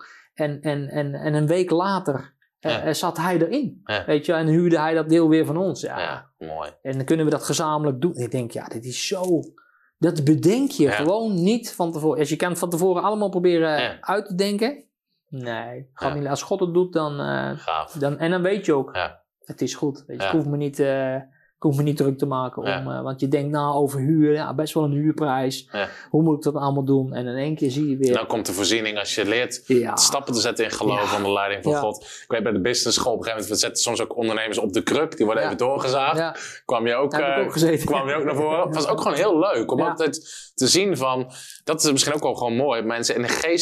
Speaker 3: En een week later zat hij erin, weet je, en huurde hij dat deel weer van ons. Ja,
Speaker 2: mooi.
Speaker 3: En dan kunnen we dat gezamenlijk doen. Ik denk, dit is zo, dat bedenk je gewoon niet van tevoren. Als je kan van tevoren allemaal proberen uit te denken. Nee, niet. Als God het doet, dan en dan weet je ook, het is goed. Weet je, ik hoef me niet Ik hoef me niet druk te maken want je denkt over huur, best wel een huurprijs.
Speaker 2: Ja.
Speaker 3: Hoe moet ik dat allemaal doen? En in één keer zie je weer...
Speaker 2: Nou komt de voorziening als je leert stappen te zetten in geloof onder leiding van God. Ik weet bij de business school op een gegeven moment, we zetten soms ook ondernemers op de kruk, die worden even doorgezaagd. Ja. Kwam je ook naar voren. Het was ook gewoon heel leuk om altijd te zien van, dat is misschien ook wel gewoon mooi, mensen in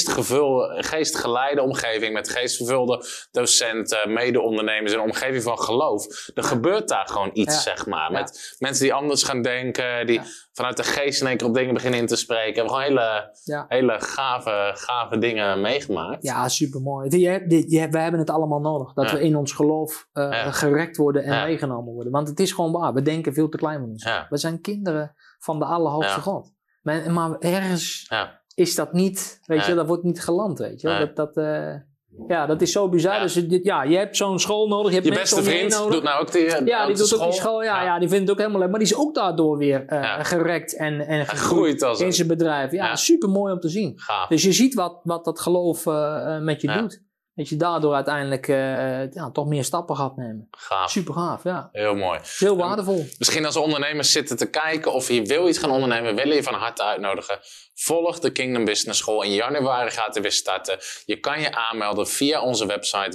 Speaker 2: een geestgeleide omgeving met geestvervulde docenten, mede-ondernemers in een omgeving van geloof. Er gebeurt daar gewoon iets, zeg maar. Met mensen die anders gaan denken, die vanuit de geest in één keer op dingen beginnen in te spreken. We hebben gewoon hele gave dingen meegemaakt.
Speaker 3: Ja, supermooi. We hebben het allemaal nodig. Dat we in ons geloof gerekt worden en meegenomen worden. Want het is gewoon waar. We denken veel te klein van ons. Ja. We zijn kinderen van de Allerhoogste God. Maar ergens is dat niet, weet je, dat wordt niet geland, weet je. Dat is zo bizar. Dus je hebt zo'n school nodig. Je hebt
Speaker 2: je beste vriend doet nou ook die
Speaker 3: doet ook die school. Ja, die vindt het ook helemaal leuk. Maar die is ook daardoor weer gerekt en gegroeid in zijn bedrijf. Ja, super mooi om te zien.
Speaker 2: Gaaf.
Speaker 3: Dus je ziet wat dat geloof met je doet. Dat je daardoor uiteindelijk toch meer stappen gaat nemen.
Speaker 2: Gaaf.
Speaker 3: Super gaaf, ja.
Speaker 2: Heel mooi.
Speaker 3: Heel waardevol.
Speaker 2: Misschien als ondernemers zitten te kijken of je wil iets gaan ondernemen, willen je van harte uitnodigen. Volg de Kingdom Business School. In januari gaat het weer starten. Je kan je aanmelden via onze website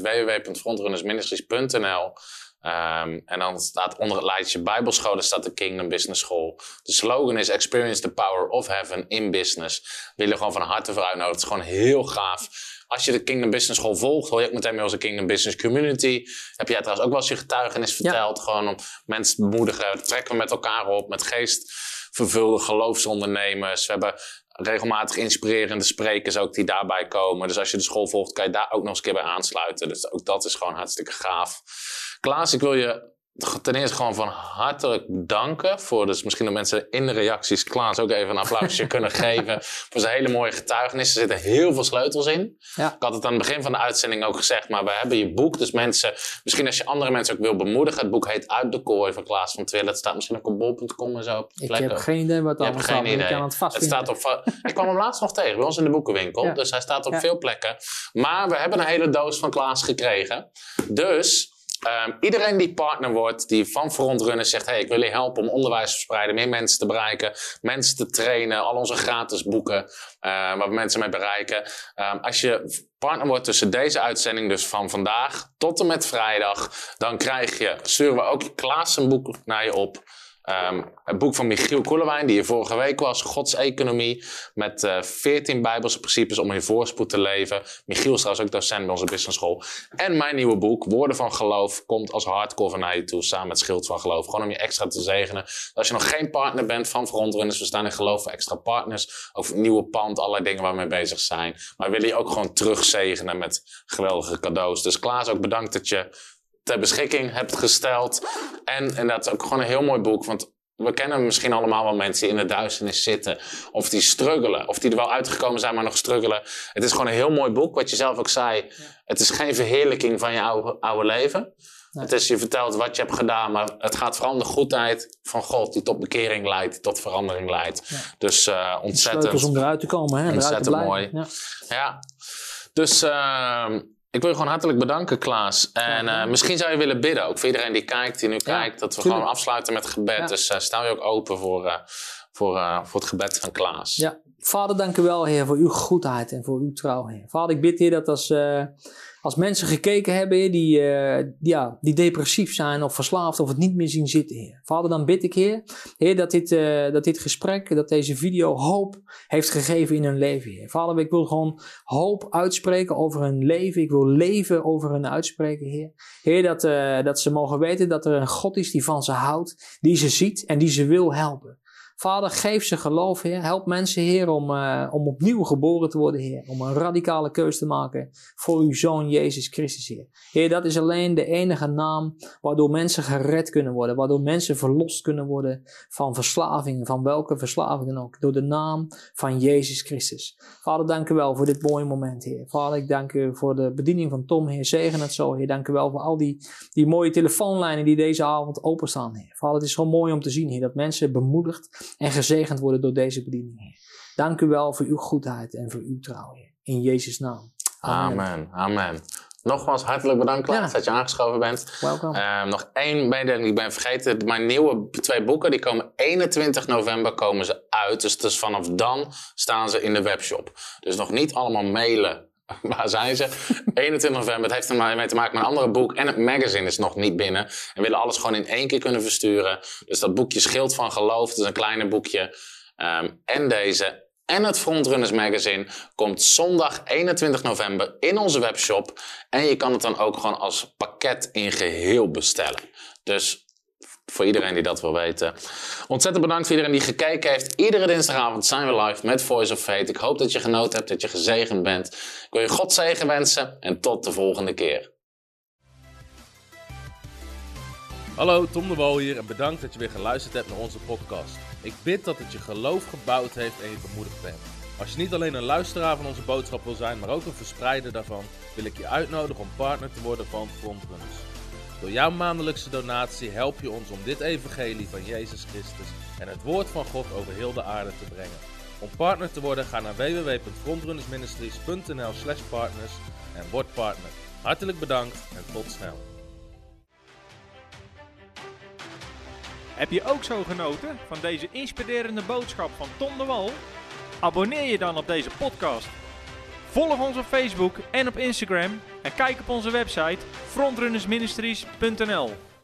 Speaker 2: www.frontrunnersministries.nl. En dan staat onder het lijstje Bijbelscholen staat de Kingdom Business School. De slogan is Experience the Power of Heaven in Business. We willen gewoon van harte voor uitnodigen. Het is gewoon heel gaaf. Als je de Kingdom Business School volgt, hoor je ook meteen bij onze Kingdom Business Community. Heb jij trouwens ook wel eens je getuigenis verteld. Gewoon om mensen te bemoedigen. Dat trekken we met elkaar op. Met geestvervulde geloofsondernemers. We hebben regelmatig inspirerende sprekers ook die daarbij komen. Dus als je de school volgt, kan je daar ook nog eens een keer bij aansluiten. Dus ook dat is gewoon hartstikke gaaf. Klaas, ik wil je ten eerste gewoon van hartelijk bedanken voor, dus misschien dat mensen in de reacties Klaas ook even een applausje kunnen geven voor zijn hele mooie getuigenis. Er zitten heel veel sleutels in. Ja. Ik had het aan het begin van de uitzending ook gezegd, maar we hebben je boek, dus mensen, misschien als je andere mensen ook wil bemoedigen, het boek heet Uit de Kooi van Klaas van Twillen. Het staat misschien ook op bol.com en zo.
Speaker 3: Ik heb geen idee wat het allemaal staat, maar ik kan het vastvinden.
Speaker 2: Het staat op, ik kwam hem laatst nog tegen bij ons in de boekenwinkel, dus hij staat op veel plekken. Maar we hebben een hele doos van Klaas gekregen. Dus iedereen die partner wordt, die van Frontrunners zegt, hey, ik wil je helpen om onderwijs te verspreiden, meer mensen te bereiken, mensen te trainen, al onze gratis boeken waar we mensen mee bereiken. Als je partner wordt tussen deze uitzending, dus van vandaag tot en met vrijdag, dan sturen we ook Klaas een boek naar je op. Het boek van Michiel Koelewijn, die hier vorige week was, Gods Economie, met 14 Bijbelse principes om in voorspoed te leven. Michiel is trouwens ook docent bij onze business school. En mijn nieuwe boek, Woorden van Geloof, komt als hardcover naar je toe, samen met Schild van Geloof. Gewoon om je extra te zegenen. Als je nog geen partner bent van Frontrunners, we staan in geloof voor extra partners, over het nieuwe pand, allerlei dingen waar we mee bezig zijn. Maar we willen je ook gewoon terugzegenen met geweldige cadeaus. Dus Klaas, ook bedankt dat je ter beschikking hebt gesteld. En dat is ook gewoon een heel mooi boek. Want we kennen misschien allemaal wel mensen die in de duisternis zitten. Of die struggelen. Of die er wel uitgekomen zijn, maar nog struggelen. Het is gewoon een heel mooi boek. Wat je zelf ook zei. Ja. Het is geen verheerlijking van je oude leven. Nee. Het is je vertelt wat je hebt gedaan. Maar het gaat vooral om de goedheid van God. Die tot bekering leidt. Die tot verandering leidt. Ja. Dus ontzettend.
Speaker 3: Sleutels om eruit te komen. Hè?
Speaker 2: Ontzettend mooi. Ja. Dus ik wil je gewoon hartelijk bedanken, Klaas. En misschien zou je willen bidden, ook voor iedereen die kijkt, die nu kijkt, dat we gewoon afsluiten met gebed. Ja. Dus stel je ook open voor het gebed van Klaas.
Speaker 3: Ja, Vader, dank u wel, Heer, voor uw goedheid en voor uw trouw, Heer. Vader, ik bid, Heer, dat als mensen gekeken hebben, Heer, die depressief zijn of verslaafd of het niet meer zien zitten, Heer. Vader, dan bid ik, Heer, dat dit gesprek, dat deze video hoop heeft gegeven in hun leven, Heer. Vader, ik wil gewoon hoop uitspreken over hun leven. Ik wil leven over hun uitspreken, Heer. Heer, dat ze mogen weten dat er een God is die van ze houdt, die ze ziet en die ze wil helpen. Vader, geef ze geloof, Heer. Help mensen, Heer, om opnieuw geboren te worden, Heer. Om een radicale keus te maken voor uw Zoon Jezus Christus, Heer. Heer, dat is alleen de enige naam waardoor mensen gered kunnen worden. Waardoor mensen verlost kunnen worden van verslavingen, van welke verslaving dan ook. Door de naam van Jezus Christus. Vader, dank u wel voor dit mooie moment, Heer. Vader, ik dank u voor de bediening van Tom, Heer. Zegen het zo, Heer. Dank u wel voor al die mooie telefoonlijnen die deze avond openstaan, Heer. Vader, het is zo mooi om te zien, Heer, dat mensen bemoedigd en gezegend worden door deze bediening, Heer. Dank u wel voor uw goedheid en voor uw trouw, Heer. In Jezus' naam.
Speaker 2: Amen. Amen. Nogmaals, hartelijk bedankt Klaas dat je aangeschoven bent.
Speaker 3: Welkom.
Speaker 2: Nog 1 mededeling, ik ben vergeten. Mijn nieuwe 2 boeken, die komen 21 november komen ze uit. Dus vanaf dan staan ze in de webshop. Dus nog niet allemaal mailen. Waar zijn ze? 21 november. Het heeft ermee te maken met een andere boek. En het magazine is nog niet binnen. En we willen alles gewoon in 1 keer kunnen versturen. Dus dat boekje Schild van Geloof. Het is een kleiner boekje. En deze. En het Frontrunners magazine komt zondag 21 november in onze webshop. En je kan het dan ook gewoon als pakket in geheel bestellen. Dus voor iedereen die dat wil weten. Ontzettend bedankt voor iedereen die gekeken heeft. Iedere dinsdagavond zijn we live met Voice of Faith. Ik hoop dat je genoten hebt, dat je gezegend bent. Ik wil je God zegen wensen en tot de volgende keer.
Speaker 4: Hallo, Tom de Wol hier en bedankt dat je weer geluisterd hebt naar onze podcast. Ik bid dat het je geloof gebouwd heeft en je bemoedigd bent. Als je niet alleen een luisteraar van onze boodschap wil zijn, maar ook een verspreider daarvan, wil ik je uitnodigen om partner te worden van Frontrunners. Door jouw maandelijkse donatie help je ons om dit evangelie van Jezus Christus en het woord van God over heel de aarde te brengen. Om partner te worden, ga naar www.frontrunnersministries.nl/partners en word partner. Hartelijk bedankt en tot snel.
Speaker 1: Heb je ook zo genoten van deze inspirerende boodschap van Tom de Wal? Abonneer je dan op deze podcast. Volg ons op Facebook en op Instagram en kijk op onze website frontrunnersministries.nl.